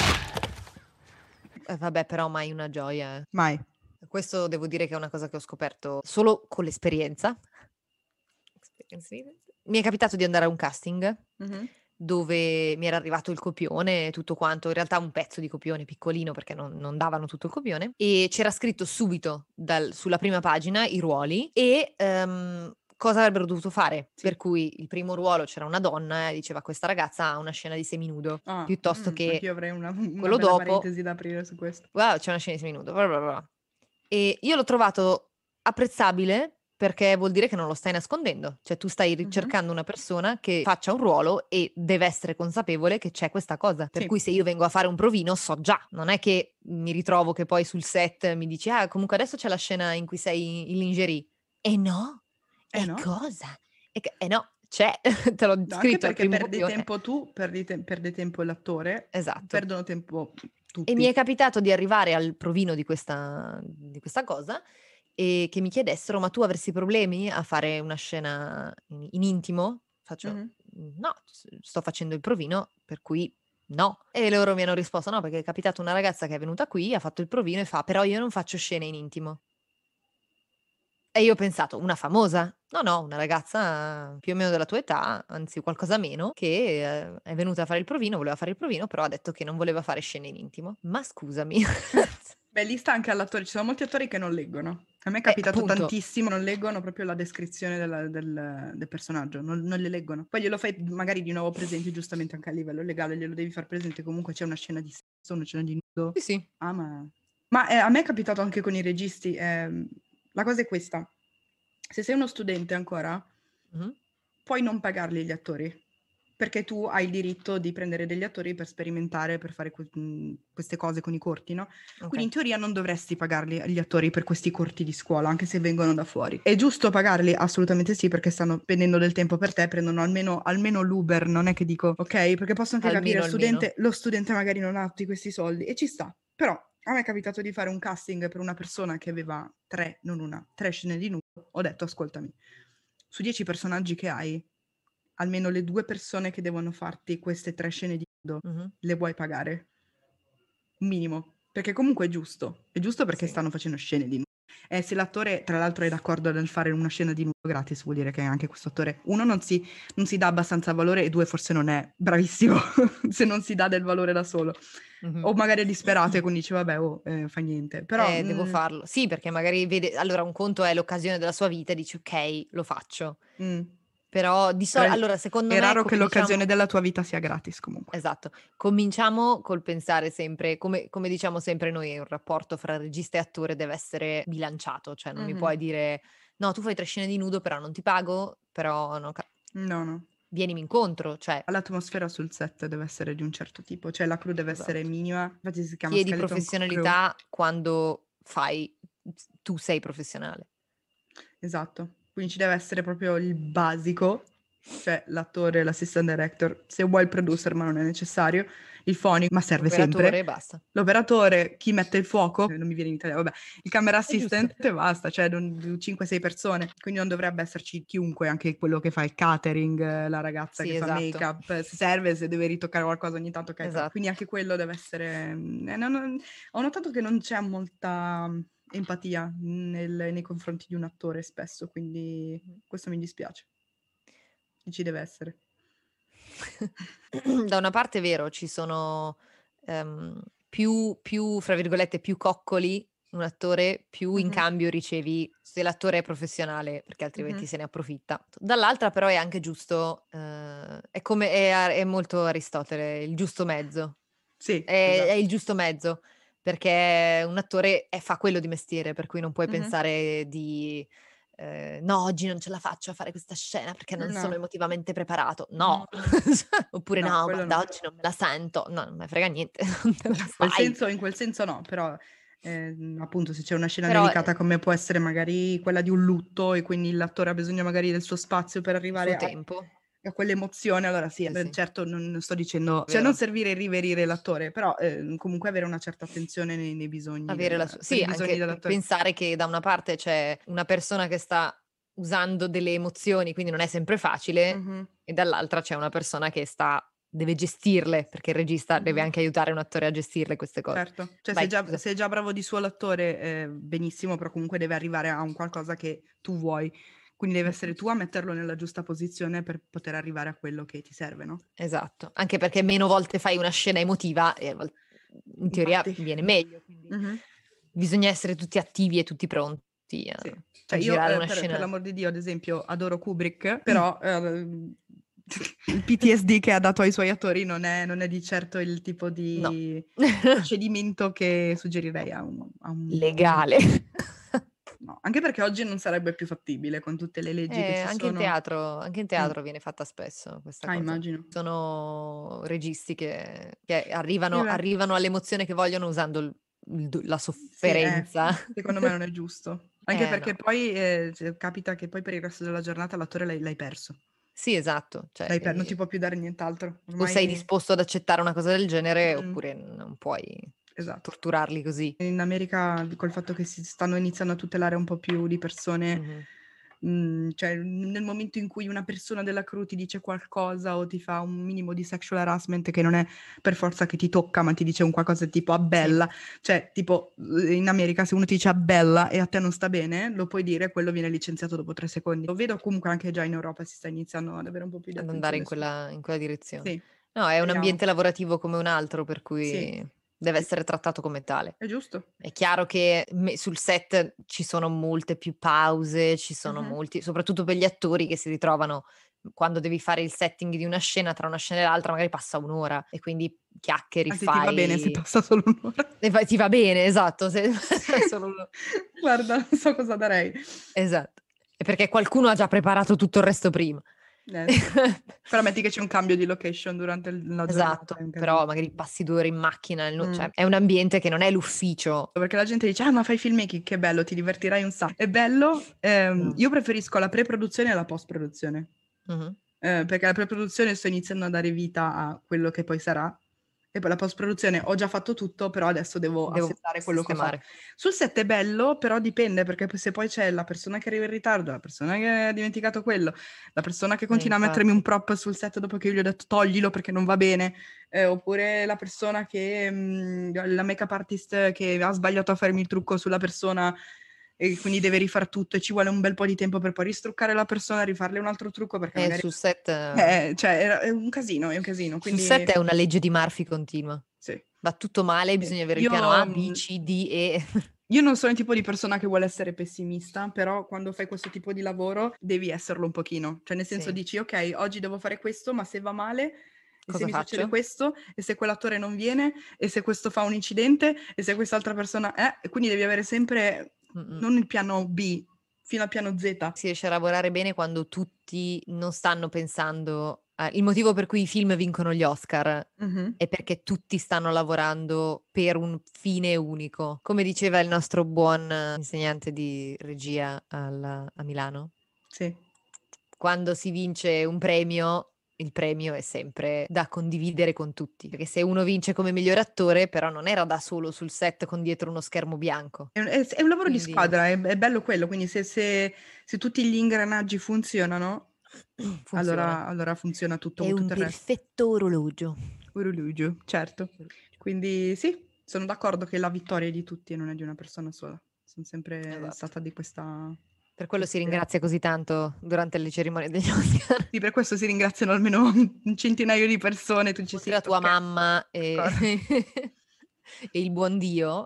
Eh, vabbè, però mai una gioia. eh. Mai. Questo devo dire che è una cosa che ho scoperto solo con l'esperienza. Experience needed. Mi è capitato di andare a un casting Mhm. dove mi era arrivato il copione e tutto quanto, in realtà un pezzo di copione piccolino perché non, non davano tutto il copione e c'era scritto subito dal- sulla prima pagina i ruoli e ehm, cosa avrebbero dovuto fare. Sì. Per cui il primo ruolo c'era una donna e diceva questa ragazza ha una scena di seminudo, Ah, piuttosto mm, che anch'io avrei una, una quello bella dopo, parentesi da aprire su questo. wow, c'è una scena di seminudo, bla bla bla. E io l'ho trovato apprezzabile perché vuol dire che non lo stai nascondendo, cioè tu stai Mhm. ricercando una persona che faccia un ruolo e deve essere consapevole che c'è questa cosa. Per Sì. cui se io vengo a fare un provino so già, non è che mi ritrovo che poi sul set mi dici ah comunque adesso c'è la scena in cui sei in lingerie. E no, Eh e no? cosa? E, che- e no, c'è, te l'ho No, anche scritto al perché primo perdi copione. tempo tu, perdi, te- perde tempo l'attore, Esatto. perdono tempo tutti. E mi è capitato di arrivare al provino di questa, di questa cosa e che mi chiedessero: ma tu avresti problemi a fare una scena in, in intimo? Faccio: Mhm. no, s- sto facendo il provino, per cui no. E loro mi hanno risposto: no, perché è capitata una ragazza che è venuta qui, ha fatto il provino e fa: però io non faccio scene in intimo. E io ho pensato: una famosa? No, no, una ragazza più o meno della tua età, anzi qualcosa meno, che eh, è venuta a fare il provino, voleva fare il provino, però ha detto che non voleva fare scene in intimo. Ma scusami. Beh, lì sta anche all'attore, ci sono molti attori che non leggono. A me è Eh, capitato appunto. tantissimo, non leggono proprio la descrizione della- del, del personaggio, non, non le leggono. Poi glielo fai magari di nuovo presente, giustamente anche a livello legale, glielo devi far presente, comunque c'è una scena di sesso, una scena di nudo. Sì, sì. Ah, ma... Ma eh, a me è capitato anche con i registi. ehm, la cosa è questa. Se sei uno studente ancora, Mhm. puoi non pagarli gli attori, perché tu hai il diritto di prendere degli attori per sperimentare, per fare que- mh, queste cose con i corti, no? Ok. Quindi in teoria non dovresti pagarli gli attori per questi corti di scuola, anche se vengono da fuori. È giusto pagarli? Assolutamente sì, perché stanno spendendo del tempo per te, prendono almeno, almeno l'Uber, non è che dico, ok? Perché posso anche capire, Almeno, il almeno. studente, lo studente magari non ha tutti questi soldi, e ci sta. Però a me è capitato di fare un casting per una persona che aveva tre, non una, tre scene di nudo. Ho detto, ascoltami, su dieci personaggi che hai, almeno le due persone che devono farti queste tre scene di nudo, Mhm. le vuoi pagare? Un minimo. Perché comunque è giusto. È giusto perché Sì. stanno facendo scene di nudo. E se l'attore, tra l'altro, è d'accordo nel fare una scena di nudo gratis, vuol dire che anche questo attore, uno, non si, non si dà abbastanza valore, e due, forse non è bravissimo se non si dà del valore da solo. Mhm. O magari è disperato e quindi dice, vabbè, oh, eh, fa niente. Però... Eh, devo mm, farlo. Sì, perché magari vede, allora un conto è l'occasione della sua vita e dici ok, lo faccio. mm. Però di Però solito, è, allora secondo è me raro che l'occasione cominciamo, della tua vita sia gratis comunque. esatto, cominciamo col pensare sempre, come, come diciamo sempre noi, un rapporto fra regista e attore deve essere bilanciato, cioè non mi Mhm. puoi dire no, tu fai tre scene di nudo, però non ti pago, però non ca- No, no. vienimi incontro, cioè L'atmosfera sul set deve essere di un certo tipo, cioè la crew deve essere esatto. minima, infatti si chiama Chiedi skeleton crew. professionalità quando fai, tu sei professionale. Esatto, quindi ci deve essere proprio il basico, cioè l'attore, l'assistant director, se vuoi il producer ma non è necessario, il fonico, ma serve L'operatore sempre, e basta. l'operatore, chi mette il fuoco, eh, non mi viene in italiano, vabbè, il camera È giusto. assistant e basta, cioè cinque sei persone, quindi non dovrebbe esserci chiunque, anche quello che fa il catering, eh, la ragazza Sì, che fa esatto. make-up, se serve, se deve ritoccare qualcosa ogni tanto, ok, però Esatto. quindi anche quello deve essere... mm, eh, non- non- ho notato che non c'è molta mm, empatia nel- nei confronti di un attore spesso, quindi questo mi dispiace. E ci deve essere. Da una parte è vero, ci sono ehm, più, più, fra virgolette, più coccoli un attore, più in Mhm. cambio ricevi se l'attore è professionale, perché altrimenti Mhm. se ne approfitta. Dall'altra però è anche giusto, eh, è come è, è molto Aristotele, il giusto mezzo. Sì, È, è esatto. il giusto mezzo, perché un attore è- fa quello di mestiere, per cui non puoi Mhm. pensare di eh, no, oggi non ce la faccio a fare questa scena perché non sono No. emotivamente preparato. No, oppure No, no, quello guarda, no. oggi non me la sento. No, non me frega niente, non te la In quel fai. senso, in quel senso no, però ehm, appunto se c'è una scena Però delicata eh, come può essere magari quella di un lutto e quindi l'attore ha bisogno magari del suo spazio per il arrivare suo a, tempo, a quell'emozione, allora sì, sì, beh, sì, certo non, non sto dicendo, cioè non vero. servire e riverire l'attore, però eh, comunque avere una certa attenzione nei, nei bisogni Avere la del, sua... per Sì, i bisogni anche dell'attore. pensare che da una parte c'è una persona che sta usando delle emozioni, quindi non è sempre facile, Mhm, e dall'altra c'è una persona che sta deve gestirle, perché il regista deve mhm. anche aiutare un attore a gestirle queste cose. Certo, cioè se Vai, già, scusa. se è già bravo di suo l'attore, eh, benissimo, però comunque deve arrivare a un qualcosa che tu vuoi, quindi devi Mm, essere tu a metterlo nella giusta posizione per poter arrivare a quello che ti serve, no? esatto, anche perché meno volte fai una scena emotiva e a vol- in teoria Infatti. viene meglio, quindi Mhm, bisogna essere tutti attivi e tutti pronti a, sì. a Cioè io, girare eh, una per, per scena. l'amor di Dio, ad esempio, adoro Kubrick, però eh, il P T S D che ha dato ai suoi attori non è, non è di certo il tipo No. di procedimento che suggerirei a un... a un- Legale. no. Anche perché oggi non sarebbe più fattibile con tutte le leggi che Eh, ci anche in sono. teatro, anche in Mm. teatro viene fatta spesso questa Ah, cosa. immagino. Sono registi che, che Sì, arrivano, beh. arrivano all'emozione che vogliono usando il- il do- la Sì, eh, sofferenza. secondo me non è giusto. Anche Eh perché no. poi eh, cioè, capita che poi per il resto della giornata l'attore l'hai, l'hai perso. Sì, esatto. Cioè, L'hai per- non ti eh, può più dare nient'altro. o sei Ormai... disposto ad accettare una cosa del genere Mm, oppure non puoi esatto. torturarli così. In America, col fatto che si stanno iniziando a tutelare un po' più di persone Mhm. mh, cioè nel momento in cui una persona della crew ti dice qualcosa o ti fa un minimo di sexual harassment che non è per forza che ti tocca, ma ti dice un qualcosa tipo abbella, sì. Cioè tipo in America se uno ti dice abbella e a te non sta bene, lo puoi dire, quello viene licenziato dopo tre secondi. Lo vedo comunque anche già in Europa si sta iniziando ad avere un po' più di ad attenzione. andare in quella, in quella direzione. Sì. No, è un Speriamo. ambiente lavorativo come un altro, per cui Sì. deve Sì. essere trattato come tale. È giusto. È chiaro che me- sul set ci sono molte più pause, ci sono Mhm. molti, soprattutto per gli attori che si ritrovano quando devi fare il setting di una scena, tra una scena e l'altra magari passa un'ora e quindi chiacchieri, Anzi, fai... ti va bene se passa solo un'ora. E fa- ti va bene, esatto. Se... solo uno... Guarda, non so cosa darei. Esatto. È perché qualcuno ha già preparato tutto il resto prima. Eh, sì. Però metti che c'è un cambio di location durante il- la Esatto, giornata. però magari passi due ore in macchina, nel nu- Mm. cioè, è un ambiente che non è l'ufficio. Perché la gente dice, ah ma fai filmmaking, che bello, ti divertirai un sacco. È bello, ehm, No. io preferisco la pre-produzione alla post-produzione. Mhm. Eh, perché la pre-produzione sto iniziando a dare vita a quello che poi sarà. E poi la post-produzione ho già fatto tutto, però adesso devo, Devo assettare quello sistemare. che ho fatto. Sul set è bello, però dipende, perché se poi c'è la persona che arriva in ritardo, la persona che ha dimenticato quello, la persona che continua Eh, a mettermi un infatti. prop sul set dopo che io gli ho detto toglilo perché non va bene, eh, oppure la persona che, mh, la make-up artist che ha sbagliato a farmi il trucco sulla persona e quindi deve rifare tutto e ci vuole un bel po' di tempo per poi ristruccare la persona, rifarle un altro trucco perché Eh, magari... sul set, eh, Eh, cioè, è- è un casino, è un casino. sul Quindi... set è una legge di Murphy continua. Sì. Va tutto male, Sì. bisogna avere Io, il piano A, B, mh, C, D, E. io non sono il tipo di persona che vuole essere pessimista, però quando fai questo tipo di lavoro devi esserlo un pochino. Cioè, nel senso Sì. dici, ok, oggi devo fare questo, ma se va male, e Cosa se mi faccio? succede questo, e se quell'attore non viene, e se questo fa un incidente, e se quest'altra persona è... E quindi devi avere sempre, Mm-mm. non il piano B, fino al piano Z. Si riesce a lavorare bene quando tutti non stanno pensando... eh, il motivo per cui i film vincono gli Oscar Mhm. è perché tutti stanno lavorando per un fine unico. Come diceva il nostro buon eh, insegnante di regia al- a Milano, Sì. quando si vince un premio, il premio è sempre da condividere con tutti. Perché se uno vince come miglior attore, però non era da solo sul set con dietro uno schermo bianco. È un, è- è un lavoro di Quindi squadra, è, è bello quello, quindi se, se- se tutti gli ingranaggi funzionano, funziona. allora, allora funziona tutto, È un tutto il resto. perfetto orologio. Orologio, certo. Quindi sì, sono d'accordo che la vittoria è di tutti e non è di una persona sola. Sono sempre Esatto. stata di questa... Per quello si questa idea. ringrazia così tanto durante le cerimonie degli Oscar. Sì, per questo si ringraziano almeno un centinaio di persone. Tu dici Oltre sì, a tua ok. mamma e... D'accordo. e il buon Dio.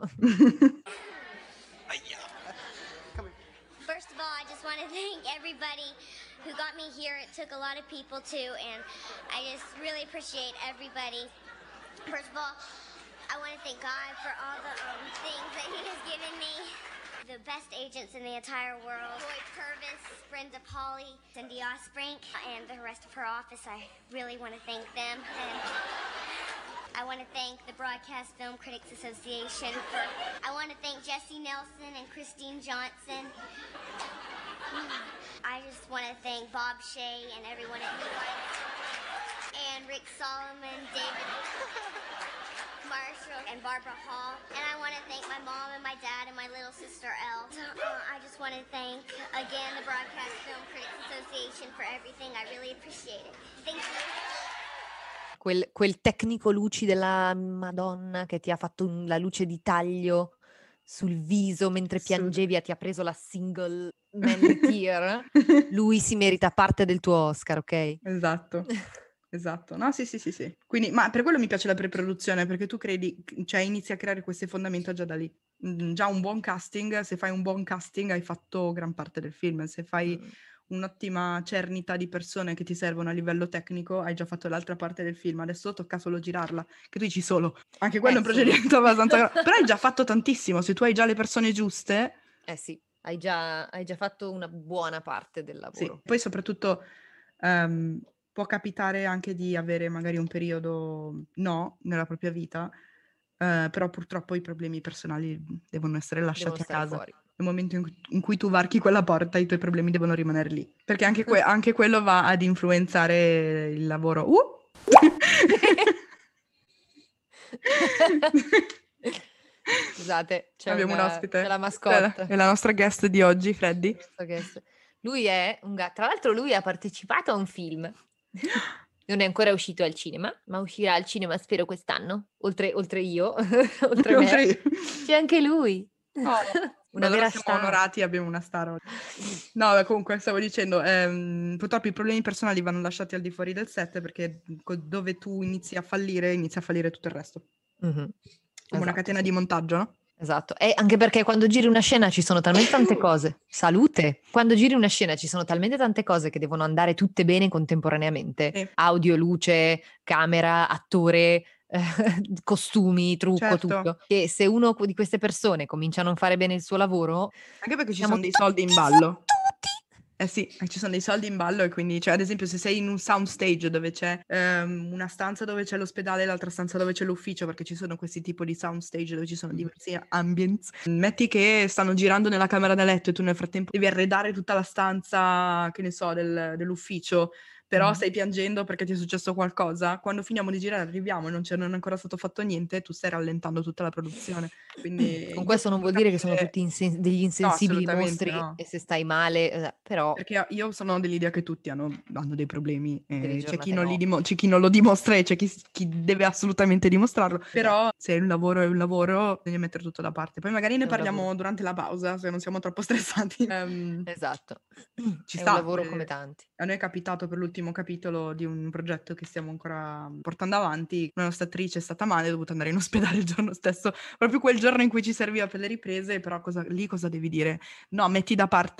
First of all, I just want to thank everybody who got me here. It took a lot of people too, and I just really appreciate everybody. First of all, I want to thank God for all the um, things that He has given me. The best agents in the entire world. Lloyd Purvis, Brenda Polly, Cindy Osbrink, and the rest of her office. I really want to thank them. And I want to thank the Broadcast Film Critics Association for... I want to thank Jesse Nelson and Christine Johnson. I just want to thank Bob Shea and everyone at New Lights. And Rick Solomon, David Marshall, and Barbara Hall. And I want to thank my mom and my dad and my little sister Elle. So, uh, I just want to thank, again, the Broadcast Film Critics Association for everything. I really appreciate it. Thank you. Quel, quel tecnico luci della Madonna che ti ha fatto un- la luce di taglio sul viso mentre Su- piangevi e ti ha preso la single manly tear, lui si merita parte del tuo Oscar, ok? Esatto. Esatto, no, sì, sì, sì, sì. Quindi, ma per quello mi piace la pre-produzione, perché tu credi, cioè inizi a creare queste fondamenta già da lì. Mm, Già un buon casting, se fai un buon casting hai fatto gran parte del film, se fai Mm. un'ottima cernita di persone che ti servono a livello tecnico, hai già fatto l'altra parte del film, adesso tocca solo girarla, che tu dici solo, anche quello Eh, è un solo. procedimento abbastanza grosso, però hai già fatto tantissimo, se tu hai già le persone giuste, Eh sì, hai già, hai già fatto una buona parte del sì. lavoro. Poi soprattutto ehm, può capitare anche di avere magari un periodo no nella propria vita, eh, però purtroppo i problemi personali devono essere lasciati Devono a stare casa. fuori. Nel momento in cui, in cui tu varchi quella porta, i tuoi problemi devono rimanere lì. Perché anche, que- anche quello va ad influenzare il lavoro. Uh! Scusate, c'è, Abbiamo un una- ospite. c'è la È la- mascotte. È la nostra guest di oggi, Freddy. Questo guest. Lui è un gatto. Tra l'altro lui ha partecipato a un film. Non è ancora uscito al cinema, ma uscirà al cinema spero quest'anno. Oltre, oltre io, oltre me, Oltre io. c'è anche lui. Oh, Una allora vera siamo star. onorati, abbiamo una star oggi. No, beh, comunque stavo dicendo, ehm, purtroppo i problemi personali vanno lasciati al di fuori del set perché co- dove tu inizi a fallire, inizia a fallire tutto il resto. Mhm. Come una Esatto, catena sì. di montaggio, no? Esatto, e anche perché quando giri una scena ci sono talmente tante cose, salute, quando giri una scena ci sono talmente tante cose che devono andare tutte bene contemporaneamente, Sì. audio, luce, camera, attore, eh, costumi, trucco, Certo. tutto, che se uno di queste persone comincia a non fare bene il suo lavoro, Anche perché ci siamo sono dei tutti soldi in ballo. fottuti. Eh sì, eh, ci sono dei soldi in ballo e quindi, cioè ad esempio se sei in un soundstage dove c'è ehm, una stanza dove c'è l'ospedale e l'altra stanza dove c'è l'ufficio, perché ci sono questi tipi di soundstage dove ci sono diversi ambience, metti che stanno girando nella camera da letto e tu nel frattempo devi arredare tutta la stanza, che ne so, del- dell'ufficio, però Mhm. stai piangendo perché ti è successo qualcosa, quando finiamo di girare arriviamo e non, c'è, non è ancora stato fatto niente, tu stai rallentando tutta la produzione. Quindi Con io questo non posso vuol dire che sono capire- tutti insen- degli No, insensibili assolutamente mostri no. e se stai male, eh, però Perché io sono dell'idea che tutti hanno, hanno dei problemi, delle eh, c'è, chi giornate non no. li dimo- c'è chi non lo dimostra e c'è chi, chi deve assolutamente dimostrarlo, però se un lavoro è un lavoro devi mettere tutto da parte. Poi magari ne È un parliamo lavoro. durante la pausa, se non siamo troppo stressati. Ehm, Esatto, ci è sta. un lavoro eh, come tanti. A noi è capitato per l'ultimo capitolo di un progetto che stiamo ancora portando avanti. Una nostra attrice è stata male, è dovuta andare in ospedale il giorno stesso, proprio quel giorno in cui ci serviva per le riprese, però cosa, lì cosa devi dire? No, metti da parte.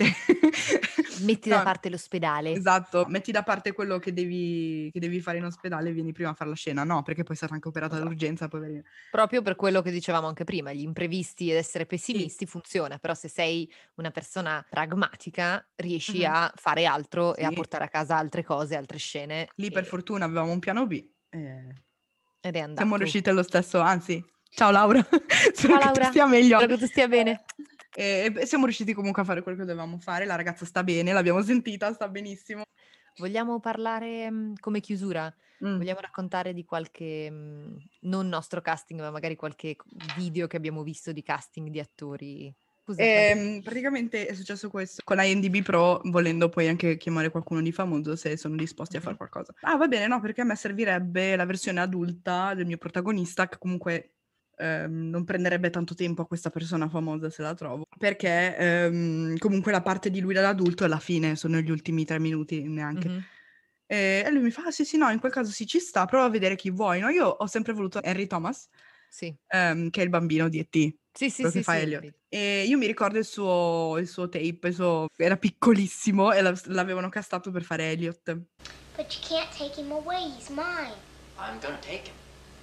Metti No, da parte l'ospedale. esatto, metti da parte quello che devi, che devi fare in ospedale e vieni prima a fare la scena. No, perché poi è stata anche operata Esatto. d'urgenza, poverina. Proprio per quello che dicevamo anche prima, gli imprevisti ed essere Sì. pessimisti funziona, però se sei una persona pragmatica riesci Mhm. a fare altro e a Sì. portare a casa altre cose, altre scene Lì per e- fortuna avevamo un piano B. eh, ed è andato. Siamo riuscite lo stesso, anzi, ciao Laura, spero Ciao che Laura, tu stia meglio. spero che tu stia bene. E, e siamo riusciti comunque a fare quello che dovevamo fare, la ragazza sta bene, l'abbiamo sentita, sta benissimo. Vogliamo parlare mh, come chiusura? Mm. Vogliamo raccontare di qualche, mh, non nostro casting, ma magari qualche video che abbiamo visto di casting di attori? Scusa, vai. Ehm, praticamente è successo questo con IMDb Pro, volendo poi anche chiamare qualcuno di famoso se sono disposti a Mhm. fare qualcosa. Ah, va bene, no, perché a me servirebbe la versione adulta del mio protagonista, che comunque ehm, non prenderebbe tanto tempo a questa persona famosa se la trovo, perché ehm, comunque la parte di lui da adulto è alla fine, sono gli ultimi tre minuti neanche. Mhm. E e lui mi fa, ah, sì, sì, no, in quel caso sì, ci sta, prova a vedere chi vuoi, no? Io ho sempre voluto Henry Thomas, Sì, ehm, che è il bambino di E T, sì, sì, quello che sì, fa sì, Elliot. Henry. E io mi ricordo il suo, il suo tape, il suo- era piccolissimo e la- l'avevano castato per fare Elliot. But you can't take him away. He's mine. I'm gonna take him.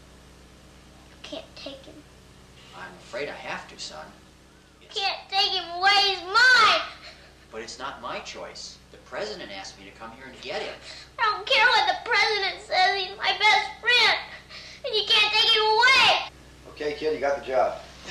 You can't take him. I'm afraid I have to, son. You It's, can't take him away. He's mine. but it's not my choice. The president asked me to come here and get him. I don't care what the president says. He's my best friend. And you can't take him away. Okay, kid, you got the job.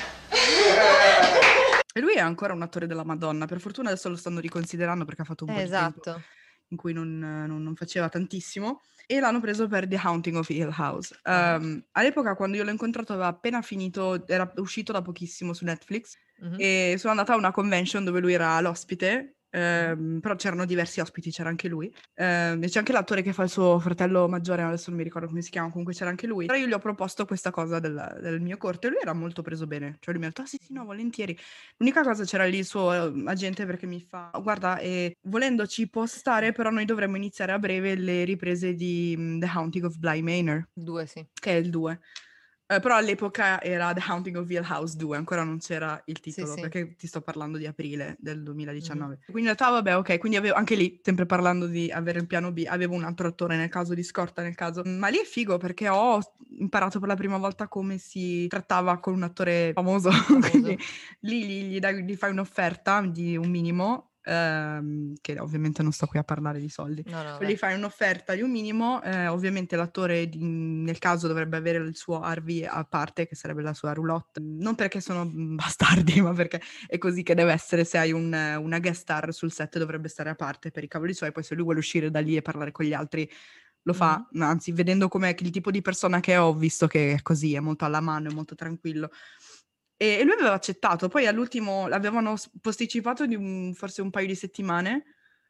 E lui è ancora un attore della Madonna, per fortuna adesso lo stanno riconsiderando perché ha fatto un Eh, po' di tempo esatto. in cui non, non- non faceva tantissimo, e l'hanno preso per The Haunting of Hill House. Ah. Um, all'epoca quando io l'ho incontrato aveva appena finito, era uscito da pochissimo su Netflix, Mhm. e sono andata a una convention dove lui era l'ospite, ehm, però c'erano diversi ospiti, c'era anche lui, ehm, e c'è anche l'attore che fa il suo fratello maggiore, adesso non mi ricordo come si chiama, comunque c'era anche lui. Però io gli ho proposto questa cosa del, del mio corto e lui era molto preso bene, cioè lui mi ha detto, ah sì sì, no, volentieri. L'unica cosa, c'era lì il suo eh, agente perché mi fa, guarda, eh, volendo ci può stare, però noi dovremmo iniziare a breve le riprese di mm, The Haunting of Bly Manor, Due, sì. che è il due. Eh, però all'epoca era The Haunting of Hill House due, ancora non c'era il titolo, sì. perché ti sto parlando di aprile del duemiladiciannove. Mhm. Quindi ho detto, ah vabbè, ok, quindi avevo, anche lì, sempre parlando di avere il piano B, avevo un altro attore nel caso di scorta, nel caso. Ma lì è figo perché ho imparato per la prima volta come si trattava con un attore famoso, Famoso. quindi lì gli, gli dai- gli fai un'offerta di un minimo, ehm, che ovviamente non sto qui a parlare di soldi. No, no, Gli beh. fai un'offerta di un minimo, eh, ovviamente l'attore di- nel caso dovrebbe avere il suo R V a parte, che sarebbe la sua roulotte, non perché sono mm, bastardi, ma perché è così che deve essere. Se hai un, eh, una guest star sul set dovrebbe stare a parte per i cavoli suoi, poi se lui vuole uscire da lì e parlare con gli altri lo fa, Mhm. anzi vedendo com'è il tipo di persona che è, ho visto che è così, è molto alla mano, è molto tranquillo. E, e lui aveva accettato, poi all'ultimo l'avevano s- posticipato di un- forse un paio di settimane,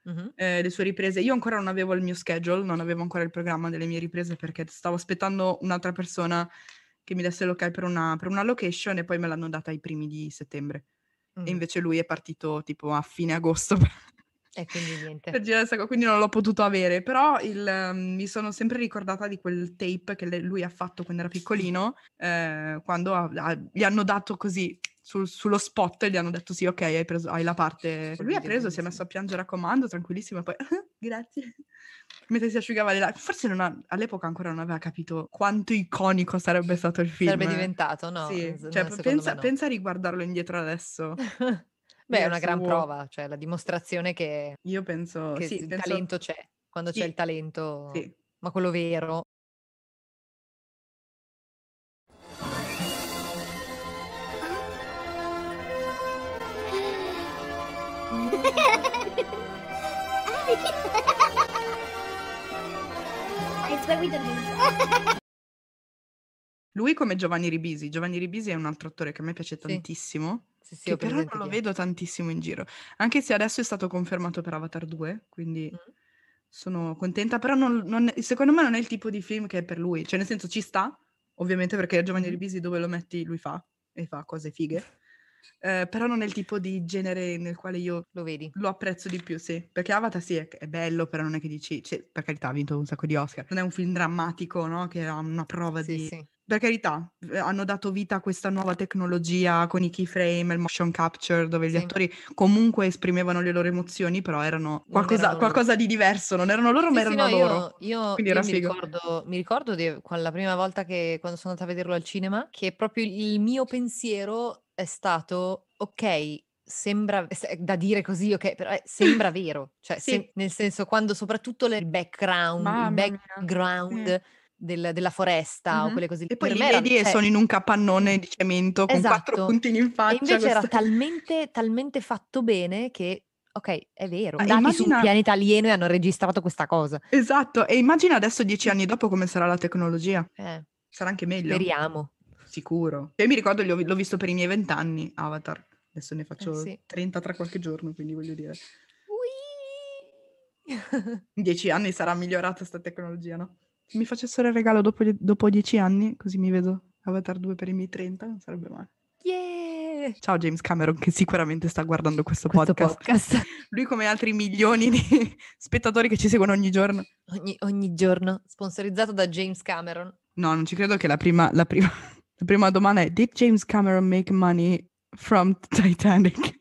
Mhm. eh, le sue riprese. Io ancora non avevo il mio schedule, non avevo ancora il programma delle mie riprese perché stavo aspettando un'altra persona che mi desse l'ok per una, per una location e poi me l'hanno data ai primi di settembre. Mm. E invece lui è partito tipo a fine agosto E quindi niente. per girare questa cosa, quindi non l'ho potuto avere. Però il, um, mi sono sempre ricordata di quel tape che le- lui ha fatto quando era piccolino, eh, quando ha- ha- gli hanno dato così sul- sullo spot, gli hanno detto sì, ok, hai, preso, hai la parte. Lui ha preso, si è messo a piangere a comando, tranquillissimo, e poi grazie. Mentre si asciugava le lacrime. Forse non ha- all'epoca ancora non aveva capito quanto iconico sarebbe stato il film. Sarebbe diventato, no? Sì, Eh, cioè no, secondo pensa, me no. pensa a riguardarlo indietro adesso. Beh, è Dire una gran su- prova, cioè la dimostrazione che, Io penso, che sì, il penso, talento c'è. Quando c'è sì, il talento, sì. ma quello vero. I swear we didn't lose. Lui come Giovanni Ribisi. Giovanni Ribisi è un altro attore che a me piace Sì. tantissimo, Sì, sì, che ho però non presente lo chi è. vedo tantissimo in giro. Anche se adesso è stato confermato per Avatar due, quindi Mm. sono contenta, però non, non è- secondo me non è il tipo di film che è per lui. Cioè nel senso ci sta, ovviamente perché Giovanni Mhm. Ribisi dove lo metti lui fa, e fa cose fighe. Eh, però non è il tipo di genere nel quale io Lo vedi? lo apprezzo di più, sì. Perché Avatar sì, è, è bello, però non è che dici, cioè, per carità ha vinto un sacco di Oscar. Non è un film drammatico, no? Che ha una prova Sì, di... sì. Per carità, eh, hanno dato vita a questa nuova tecnologia con i keyframe, il motion capture, dove gli Sì. attori comunque esprimevano le loro emozioni, però erano qualcosa, erano loro. qualcosa di diverso, non erano loro, ma Sì, sì, erano no, loro. io, io, Quindi io era mi figo. ricordo, mi ricordo di, quando, la prima volta che quando sono andata a vederlo al cinema, che proprio il mio pensiero è stato, ok, sembra, è da dire così, ok, però è- sembra vero, cioè Sì. se- nel senso quando soprattutto le- il background, il Mamma mia, background sì. del- della foresta o Mhm. quelle cose lì, E poi per li me era, vedi e cioè, sono in un capannone di cemento con quattro esatto, puntini in e faccia. invece era questo- talmente, talmente fatto bene che, ok, è vero, Ah, andati su un immagina- pianeta alieno e hanno registrato questa cosa. Esatto, e immagina adesso dieci anni dopo come sarà la tecnologia. Eh, Sarà anche meglio. speriamo. Sicuro. Io mi ricordo, l'ho, l'ho visto per i miei vent'anni, Avatar. Adesso ne faccio Eh sì. trenta tra qualche giorno, quindi voglio dire. Ui! In dieci anni sarà migliorata sta tecnologia, no? Se mi facessero il regalo dopo, dopo dieci anni, così mi vedo Avatar due per i miei trenta, non sarebbe male. Yeah! Ciao James Cameron, che sicuramente sta guardando questo, Questo podcast. podcast. Lui come altri milioni di spettatori che ci seguono ogni giorno. Ogni, ogni giorno, sponsorizzato da James Cameron. No, non ci credo che la prima, la prima, la prima domanda è: Did James Cameron make money from Titanic?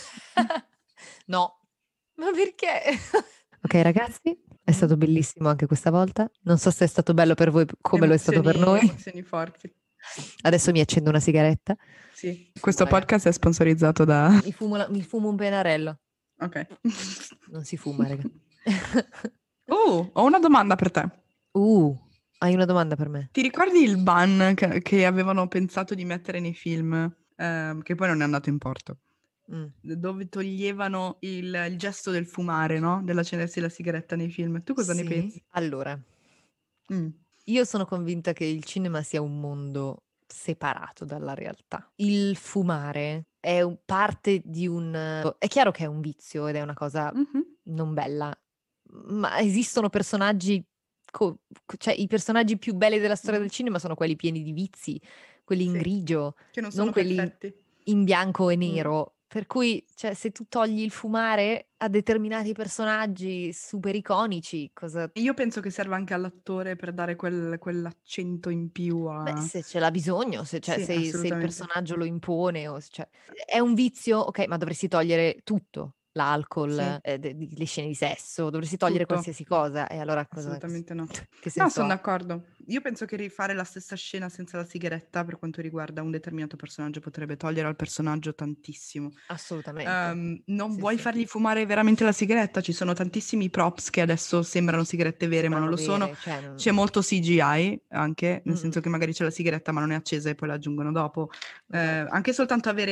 No. Ma perché? Ok ragazzi, è stato bellissimo anche questa volta. Non so se è stato bello per voi come lo è stato per Emozioni- noi. Emozioni forti. Adesso mi accendo una sigaretta. Sì. Questo raga. podcast è sponsorizzato da... Mi fumo, la- mi fumo un pennarello. Ok. Non si fuma, raga. Oh, ho una domanda per te. Uh, hai una domanda per me? Ti ricordi il ban che, che avevano pensato di mettere nei film, ehm, che poi non è andato in porto? Mm. Dove toglievano il, il gesto del fumare, no? Dell'accendersi la sigaretta nei film. Tu cosa ne Sì? pensi? Allora, Mm. io sono convinta che il cinema sia un mondo separato dalla realtà. Il fumare è un- parte di un... È chiaro che è un vizio ed è una cosa Mhm. non bella, ma esistono personaggi... co- cioè, i personaggi più belli della storia Mhm. del cinema sono quelli pieni di vizi, quelli in Sì, grigio, che non sono non quelli perfetti. in bianco e Mm. nero. Per cui, cioè, se tu togli il fumare a determinati personaggi super iconici, cosa... Io penso che serva anche all'attore per dare quel- quell'accento in più Beh, a... se ce l'ha bisogno, se, cioè, Sì, se, se il assolutamente. personaggio lo impone, o, se- cioè, è un vizio, ok, ma dovresti togliere tutto, l'alcol, Sì. eh, de- di- le scene di sesso, dovresti togliere Tutto. qualsiasi cosa, e allora cosa... Assolutamente no. Che No, senso sono ha? d'accordo. Io penso che rifare la stessa scena senza la sigaretta per quanto riguarda un determinato personaggio potrebbe togliere al personaggio tantissimo. Assolutamente. Ehm, non Sì, vuoi sì. fargli fumare veramente la sigaretta? Ci sono tantissimi props che adesso sembrano sigarette vere, ma non lo Sembrano sono. vere, cioè, non- C'è molto C G I anche, nel Mm, senso mm. che magari c'è la sigaretta ma non è accesa e poi la aggiungono dopo. Eh, Esatto. anche soltanto avere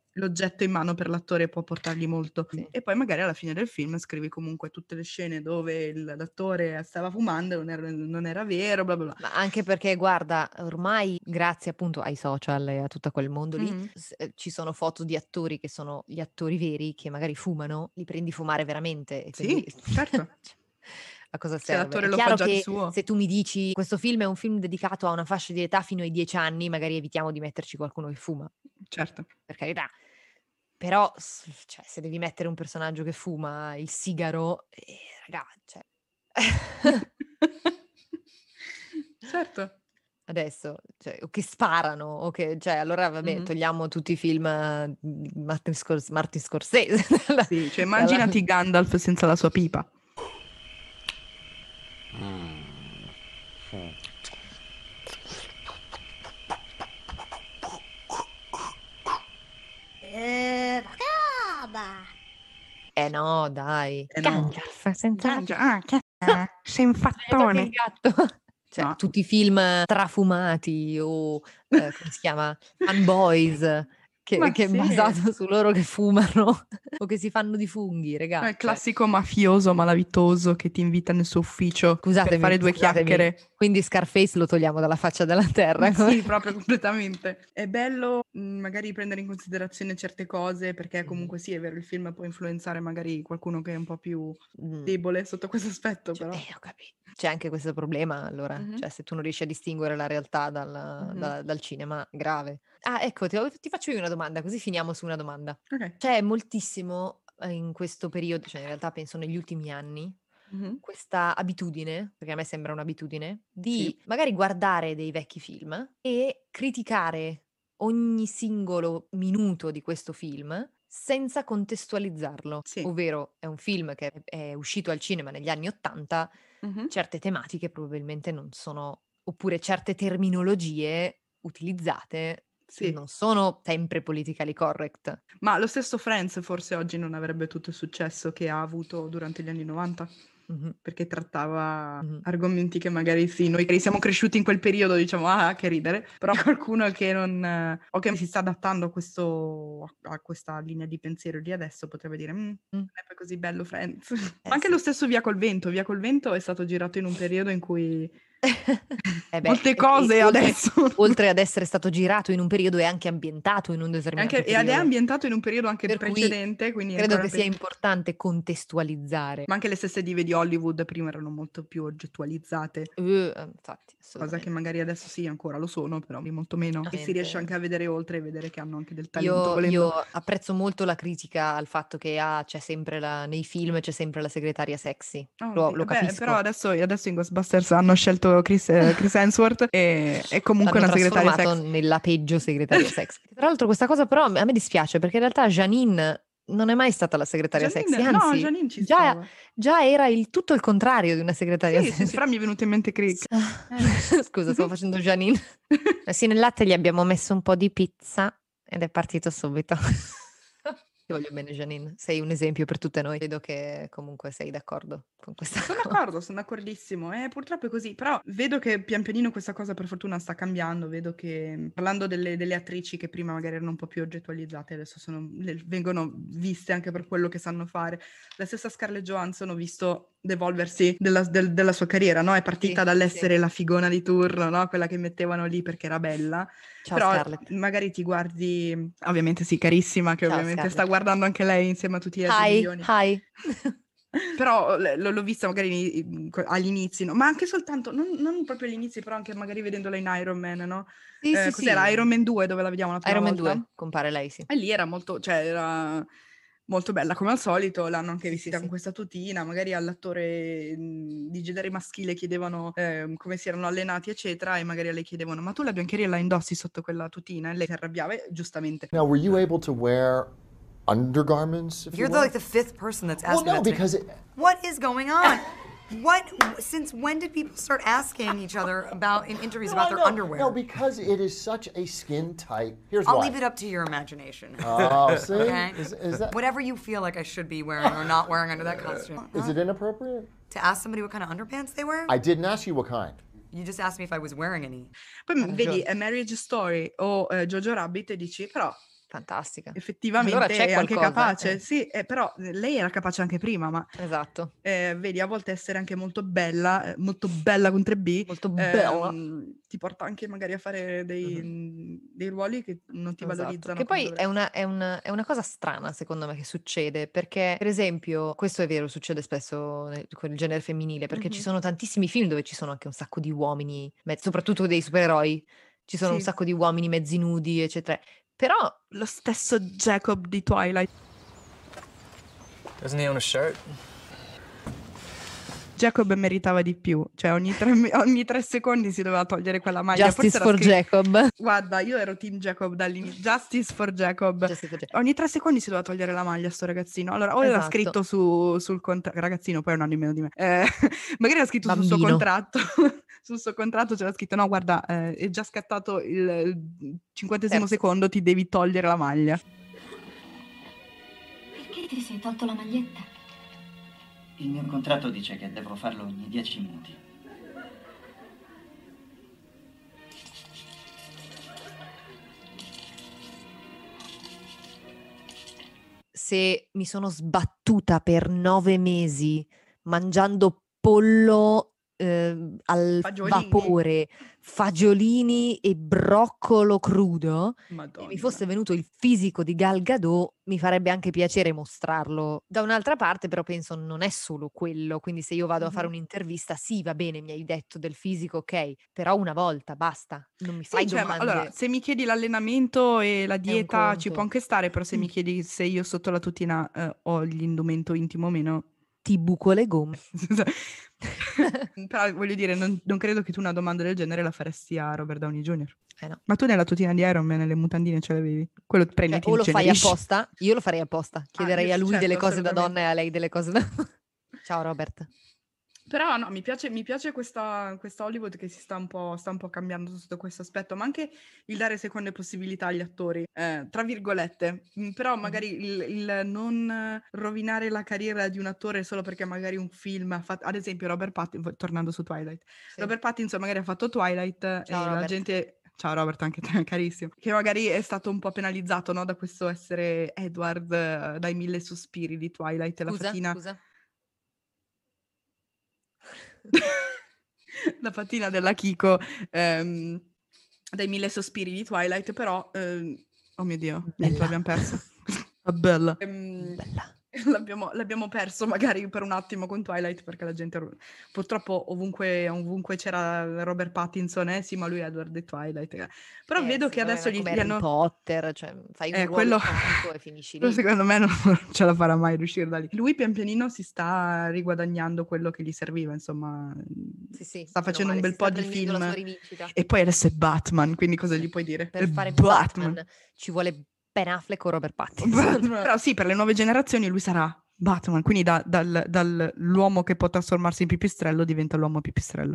l'oggetto in mano per l'attore può portargli molto. Sì. E poi magari alla fine del film scrivi comunque tutte le scene dove il- l'attore stava fumando, non era, non era vero, bla bla bla. Ma anche perché, guarda, ormai grazie appunto ai social e a tutto quel mondo lì, Mhm. s- eh, ci sono foto di attori che sono gli attori veri che magari fumano, li prendi fumare veramente. E quindi Sì, certo. cioè, a cosa Se serve? l'attore È lo fa chiaro già di che suo. se tu mi dici questo film è un film dedicato a una fascia di età fino ai dieci anni, magari evitiamo di metterci qualcuno che fuma, Certo. per carità. Però, s- cioè, se devi mettere un personaggio che fuma il sigaro, eh, raga, cioè... Certo. Adesso, cioè, o che sparano, o che, cioè, allora vabbè, Mhm. togliamo tutti i film eh, di Martin, Scors- Martin Scorsese. dalla- Sì, cioè dalla- immaginati Gandalf senza la sua pipa. Eh, Gaba. Eh no, dai. Eh no. Gandalf, senza la Già, ah, che sei un Eh, perché fattone. il gatto. Cioè, No. tutti i film trafumati o, eh, come si chiama? Fanboys, che, Ma che è sì. basato su loro che fumano o che si fanno di funghi, No, raga. il Cioè, classico mafioso malavitoso che ti invita nel suo ufficio scusatemi, per fare due scusatemi. chiacchiere. Quindi Scarface lo togliamo dalla faccia della terra. come- Sì, proprio completamente. È bello mh, magari prendere in considerazione certe cose perché comunque sì, è vero, il film può influenzare magari qualcuno che è un po' più Mm. debole sotto questo aspetto, Cioè, però. eh, ho capito. C'è anche questo problema, allora. Mhm. Cioè, se tu non riesci a distinguere la realtà dal, Mhm. da- dal cinema, grave. Ah, ecco, ti, ti faccio io una domanda, così finiamo su una domanda. Ok. C'è moltissimo eh, in questo periodo, cioè in realtà penso negli ultimi anni, Mhm. questa abitudine, perché a me sembra un'abitudine, di Sì. magari guardare dei vecchi film e criticare ogni singolo minuto di questo film senza contestualizzarlo. Sì. Ovvero è un film che è uscito al cinema negli anni Ottanta, Mhm. certe tematiche probabilmente non sono, oppure certe terminologie utilizzate Sì. non sono sempre politically correct. Ma lo stesso Friends forse oggi non avrebbe tutto il successo che ha avuto durante gli anni novanta, Mhm. perché trattava Mhm. argomenti che magari sì, noi che siamo cresciuti in quel periodo diciamo ah che ridere, però qualcuno che non eh, o che si sta adattando a questo a questa linea di pensiero di adesso potrebbe dire "Mm, non è poi così bello Friends". Ma anche sì. lo stesso Via col vento, Via col vento è stato girato in un periodo in cui Eh beh, molte e- cose e oltre, adesso oltre ad essere stato girato in un periodo è anche ambientato in un E determinato anche, ed è periodo. ambientato in un periodo anche Per cui precedente, quindi credo ancora che sia pe- importante contestualizzare. Ma anche le stesse dive di Hollywood prima erano molto più oggettualizzate, Eh, infatti, cosa assolutamente. che magari adesso sì ancora lo sono, però di molto meno. E si riesce anche a vedere oltre e vedere che hanno anche del talento, Io, volendo. io apprezzo molto la critica al fatto che ah, c'è sempre la, nei film c'è sempre la segretaria sexy. Oh, Lo, sì. lo Beh, capisco. però adesso, adesso in Ghostbusters hanno scelto Chris, eh, Chris Hemsworth e è comunque L'hanno una segretaria trasformato sexy. nella peggio segretaria sexy. Tra l'altro questa cosa però a me dispiace perché in realtà Janine non è mai stata la segretaria Janine- sexy, no, anzi Janine ci già, stava. già era il, tutto il contrario di una segretaria Sì, sì, sexy. sì, però mi è venuto in mente Crick. Scusa, stavo facendo Janine. Eh sì, nel latte gli abbiamo messo un po' di pizza ed è partito subito. Ti voglio bene, Janine. Sei un esempio per tutte noi. Vedo che comunque sei d'accordo con questa Sono cosa. d'accordo, sono d'accordissimo. Eh, purtroppo è così, però vedo che pian pianino questa cosa per fortuna sta cambiando. Vedo che parlando delle, delle attrici che prima magari erano un po' più oggettualizzate, adesso sono, le- vengono viste anche per quello che sanno fare. La stessa Scarlett Johansson ho visto devolversi della, del- della sua carriera, no? È partita Sì, dall'essere sì. la figona di turno, no? Quella che mettevano lì perché era bella. Ciao Però Scarlett. magari ti guardi, ovviamente sì, carissima, che Ciao, ovviamente sta Scarlett. guardando anche lei insieme a tutti gli altri Hi, milioni. hi. Però l- l- l'ho vista magari in- agli inizi, no? Ma anche soltanto, non, non proprio agli inizi, però anche magari vedendola in Iron Man, no? Sì, Eh, sì, cos'era? sì. Iron Man due dove la vediamo la prima Iron Man volta? due, compare lei, sì. E lì era molto, cioè era molto bella come al solito, l'hanno anche Sì, vestita sì, con sì. questa tutina, magari all'attore mh, di genere maschile chiedevano ehm, come si erano allenati, eccetera, e magari a lei chiedevano ma tu la biancheria la indossi sotto quella tutina? E lei si arrabbiava, e giustamente. Now, were you able to wear undergarments? If You're you the, will? like the fifth person that's Well, asked me no, that today. because it, What is going on? What? Since when did people start asking each other about in interviews no, about their no, underwear? No, because it is such a skin tight. Here's I'll why. leave it up to your imagination. Oh, see, Okay. is, is that Whatever you feel like I should be wearing or not wearing under that costume. is it inappropriate? To ask somebody what kind of underpants they wear? I didn't ask you what kind. You just asked me if I was wearing any. Poi Ha vedi ragione. A Marriage Story o eh, Jojo Rabbit e dici però Fantastica. effettivamente Allora c'è è anche qualcosa, capace, eh. sì, eh, però eh, lei era capace anche prima, ma Esatto. eh, vedi, a volte essere anche molto bella, eh, molto bella con tre B, Molto bella. ehm, ti porta anche magari a fare dei, Mhm. dei ruoli che non ti Esatto. valorizzano Che come poi è dovresti. una, è, una, è una cosa strana, secondo me, che succede, perché, per esempio, questo è vero, succede spesso nel- con il genere femminile, perché ci Mhm. sono tantissimi film dove ci sono anche un sacco di uomini, me- soprattutto dei supereroi, ci sono un Sì, sacco di uomini mezzi nudi, eccetera. Però lo stesso Jacob di Twilight. Doesn't he own a shirt? Jacob meritava di più, cioè ogni tre, me- ogni tre secondi si doveva togliere quella maglia. Justice Forse era for scritto- Jacob. Guarda, io ero team Jacob dall'inizio. Justice for Jacob. Justice for Jacob. Ogni tre secondi si doveva togliere la maglia sto ragazzino. Allora, o era Esatto. scritto su, sul contratto, ragazzino, poi è un anno in meno di me. Eh, magari era scritto sul suo Bambino. contratto. Sul suo contratto c'era scritto: no, guarda, eh, è già scattato il, il cinquantesimo Terzo. secondo, ti devi togliere la maglia. Perché ti sei tolto la maglietta? Il mio contratto dice che devo farlo ogni dieci minuti. Se mi sono sbattuta per nove mesi mangiando pollo eh, al Fagiolini. vapore, fagiolini e broccolo crudo, e Madonna. mi fosse venuto il fisico di Gal Gadot, mi farebbe anche piacere mostrarlo. Da un'altra parte però penso non è solo quello, quindi se io vado a fare Mhm. un'intervista, sì, va bene, mi hai detto del fisico, ok, però una volta, basta, non mi fai Sì, cioè, ma domande. allora, se mi chiedi l'allenamento e la dieta ci conto. può anche stare, però se mi Mm. chiedi se io sotto la tutina eh, ho l'indumento intimo o meno, Ti buco le gomme. però voglio dire, non, non credo che tu una domanda del genere la faresti a Robert Downey junior Eh no. Ma tu nella tutina di Iron Man, nelle mutandine ce l'avevi? Quello prendi Cioè, e ti o lo fai incenerisci. apposta, io lo farei apposta, chiederei io a sì, lui certo, delle cose da assolutamente. donna e a lei delle cose da... Ciao Robert. Però no, mi piace, mi piace questa, questa Hollywood che si sta un po', sta un po' cambiando sotto questo aspetto, ma anche il dare seconde possibilità agli attori, eh, tra virgolette. Mm, Però magari il, il non rovinare la carriera di un attore solo perché magari un film ha fatto, ad esempio Robert Pattinson, tornando su Twilight, Sì. Robert Pattinson magari ha fatto Twilight Ciao, e la Robert. gente... Ciao Robert, anche te, carissimo. Che magari è stato un po' penalizzato, no, da questo essere Edward eh, dai mille sospiri di Twilight e la Scusa, fatina... scusa. la fatina della Kiko ehm, dai mille sospiri di Twilight, però ehm, oh mio Dio, niente, Bella. l'abbiamo persa. È bella. Ehm, Bella. l'abbiamo, l'abbiamo perso magari per un attimo con Twilight perché la gente purtroppo ovunque, ovunque c'era Robert Pattinson, eh sì, ma lui è Edward di Twilight. eh. Però Eh, vedo sì, che vabbè, adesso ma gli, come gli Harry hanno... Potter, cioè fai un Eh, ruolo quello... iconico e finisci quello lì. secondo me non ce la farà mai riuscire da lì. Lui pian pianino si sta riguadagnando quello che gli serviva, insomma, Sì, sì, sta meno facendo un male, bel si po' sta di prendendo la film. sua rivincita. E poi adesso è Batman, quindi cosa Sì. gli puoi dire? Per È fare Batman ci vuole Ben Affleck o Robert Pattinson. Batman. Però sì, per le nuove generazioni lui sarà Batman, quindi da- dal- dall'uomo che può trasformarsi in pipistrello diventa l'uomo pipistrello.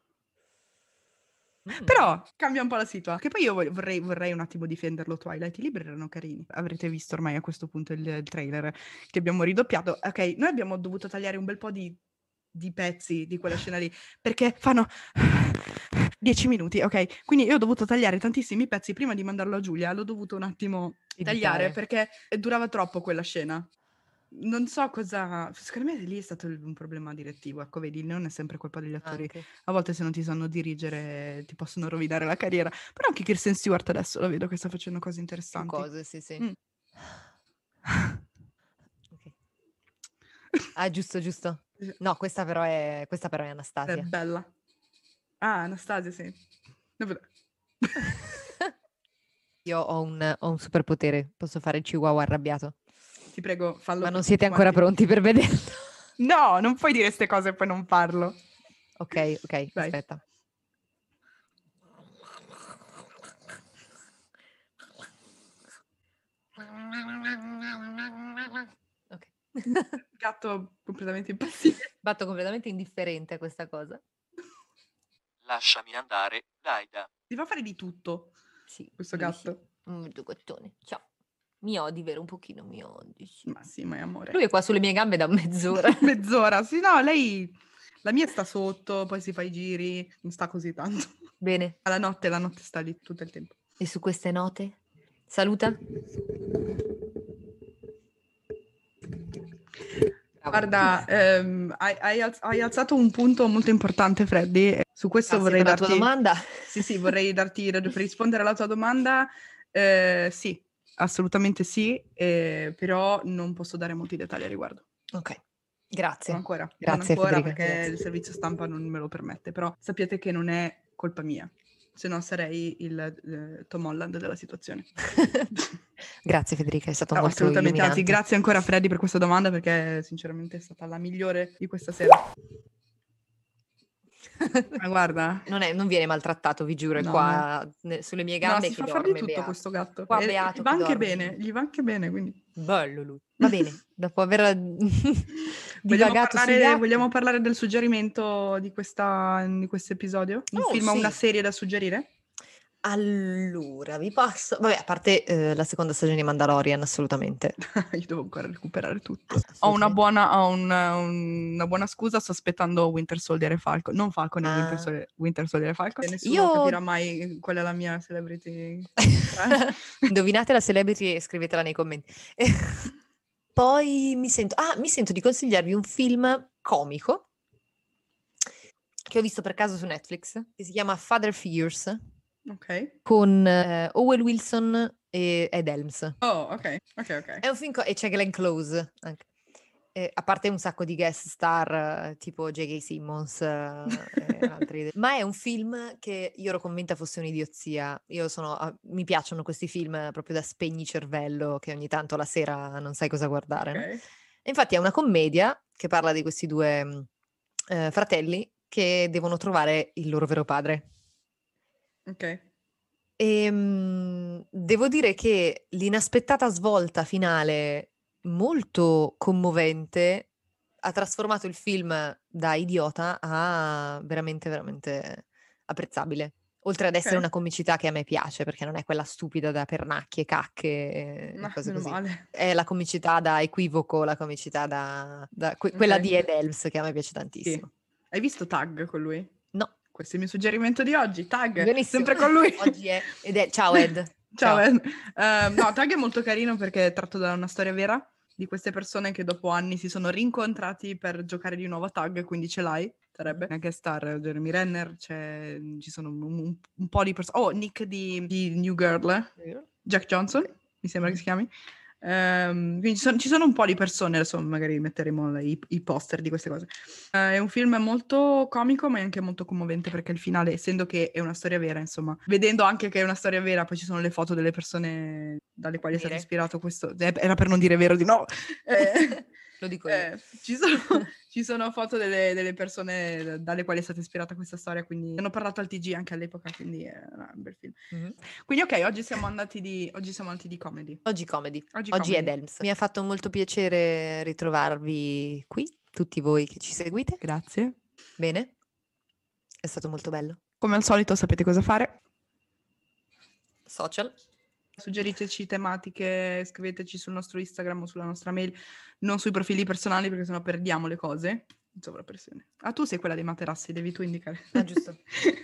Mm. Però cambia un po' la situazione. Che poi io voglio- vorrei, vorrei un attimo difenderlo. Twilight, i libri erano carini. Avrete visto ormai a questo punto il, il trailer che abbiamo ridoppiato. Ok, noi abbiamo dovuto tagliare un bel po' di, di pezzi di quella scena lì perché fanno dieci minuti, ok? Quindi io ho dovuto tagliare tantissimi pezzi prima di mandarlo a Giulia. L'ho dovuto un attimo Editare. tagliare perché durava troppo quella scena. Non so cosa... Secondo me lì è stato il- un problema direttivo. Ecco, vedi, non è sempre colpa degli attori. Anche. A volte se non ti sanno dirigere ti possono rovinare la carriera. Però anche Kristen Stewart adesso la vedo che sta facendo cose Più interessanti. cose, sì, sì. Mm. Ok. Ah, giusto, giusto. No, questa però è, questa però è È Anastasia. bella. Ah, Anastasia, sì. Vabbè. Io ho un, ho un superpotere, posso fare il chihuahua arrabbiato. Ti prego, fallo. Ma per non tutti siete ancora quanti. pronti per vederlo. No, non puoi dire queste cose e poi non farlo. Ok, ok, Vai. aspetta. Ok. Gatto completamente impazzito. Batto completamente indifferente a questa cosa. Lasciami andare, Laida. Ti fa fare di tutto Sì, questo lui sì. gatto. Mm, tu gattone. Ciao. Mi odi, vero? Un pochino mi odi, sì. Ma sì, ma è amore. Lui è qua sulle mie gambe da mezz'ora. Mezz'ora. Sì, no, lei... La mia sta sotto, poi si fa i giri. Non sta così tanto. Bene. Alla notte, la notte sta lì tutto il tempo. E su queste note Saluta. Guarda, ehm, hai, hai alz- hai alzato un punto molto importante, Freddy. Su questo Grazie vorrei per la darti... tua domanda. Sì, sì, vorrei darti per rispondere alla tua domanda. Eh, sì, assolutamente sì, eh, però non posso dare molti dettagli a riguardo. Ok, grazie. Non ancora, Grazie, non ancora Federica, perché grazie. il servizio stampa non me lo permette, però sappiate che non è colpa mia, se no sarei il eh, Tom Holland della situazione. Grazie Federica, è stato No, molto assolutamente, illuminante. anzi grazie ancora a Freddy per questa domanda perché sinceramente è stata la migliore di questa sera. Ma guarda, Non, è, non viene maltrattato, vi giuro, è No, qua ne- sulle mie no, gambe si che fa fare dorme, di tutto beato. questo gatto. Qua E- beato gli va che anche dorme. bene, gli va anche bene, quindi... Bello lui. Va bene, dopo aver Vogliamo divagato sui parlare, gatti. vogliamo parlare del suggerimento di questa di questo episodio? Un Oh, film o sì. una serie da suggerire? Allora, vi passo... Vabbè, a parte eh, la seconda stagione di Mandalorian, assolutamente. Io devo ancora recuperare tutto. Ho Assolutamente. una buona, ho un- un- una buona scusa, sto aspettando Winter Soldier e Falcon. Non Falcon e Ah. Winter, Soldier, Winter Soldier e Falcon. E nessuno Io- capirà mai qual è la mia celebrity. Indovinate la celebrity e scrivetela nei commenti. Poi mi sento... Ah, mi sento di consigliarvi un film comico che ho visto per caso su Netflix, che si chiama Father Figures, Ok. con eh, Owen Wilson e Ed Helms. Oh, ok, ok, ok. È un film co- e c'è Glenn Close anche. Eh, a parte un sacco di guest star eh, tipo J K. Simmons eh, e altri. Ma è un film che io ero convinta fosse un'idiozia. Io sono, ah, mi piacciono questi film proprio da spegni cervello, che ogni tanto la sera non sai cosa guardare, no? Ok. E infatti è una commedia che parla di questi due mh, eh, fratelli che devono trovare il loro vero padre. Ok. E mh, devo dire che l'inaspettata svolta finale, molto commovente, ha trasformato il film da idiota a veramente, veramente apprezzabile. Oltre ad essere Ok. una comicità che a me piace, perché non è quella stupida da pernacchie, cacche e No, cose meno così. male. È la comicità da equivoco, la comicità da... da que- quella Ok. di Ed Helms, che a me piace tantissimo. Sì. Hai visto Tag con lui? No, Questo è il mio suggerimento di oggi. Tag, benissimo. sempre con lui. Oggi è... Ed è... Ciao Ed. Ciao, Ed. Ehm, no, Tag è molto carino perché è tratto da una storia vera di queste persone che dopo anni si sono rincontrati per giocare di nuovo a Tag, quindi ce l'hai, sarebbe. Anche star Jeremy Renner, c'è, ci sono un, un- un po' di persone. Oh, Nick di, di New Girl, Jack Johnson, mi sembra che si chiami. Ehm, quindi ci sono, ci sono un po' di persone, adesso magari metteremo i, i poster di queste cose. Eh, è un film molto comico ma è anche molto commovente perché il finale, essendo che è una storia vera, insomma, vedendo anche che è una storia vera, poi ci sono le foto delle persone dalle quali è stato Vere. ispirato questo, eh, era per non dire vero di no. Eh, Lo dico io. eh, ci, sono, ci sono foto delle, delle persone dalle quali è stata ispirata questa storia, quindi hanno parlato al T G anche all'epoca, quindi è un bel film. Mhm. Quindi ok, oggi siamo andati di, oggi siamo andati di comedy. Oggi comedy. Oggi Oggi comedy. Ed Helms. Mi ha fatto molto piacere ritrovarvi qui, tutti voi che ci seguite. Grazie. Bene? È stato molto bello. Come al solito sapete cosa fare. Social. Suggeriteci tematiche, scriveteci sul nostro Instagram o sulla nostra mail, non sui profili personali perché sennò perdiamo le cose. In sovrappressione. Ah, tu sei quella dei materassi, devi tu indicare. Ah, giusto.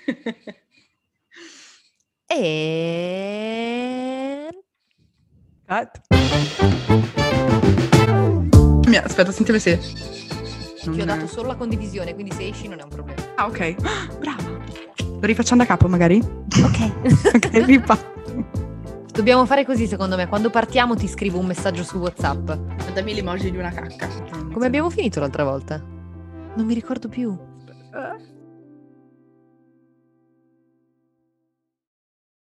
E... Cut. Mia- Aspetta, sentiamo se... Ti ho Non- dato solo la condivisione, quindi se esci non è un problema. Ah, ok. Ah, brava. Lo rifacciamo da capo, magari? Ok. Ok, ripa. Dobbiamo fare così, secondo me. Quando partiamo ti scrivo un messaggio su WhatsApp. Dammi l'emoji di una cacca. Come abbiamo finito l'altra volta? Non mi ricordo più. Eh,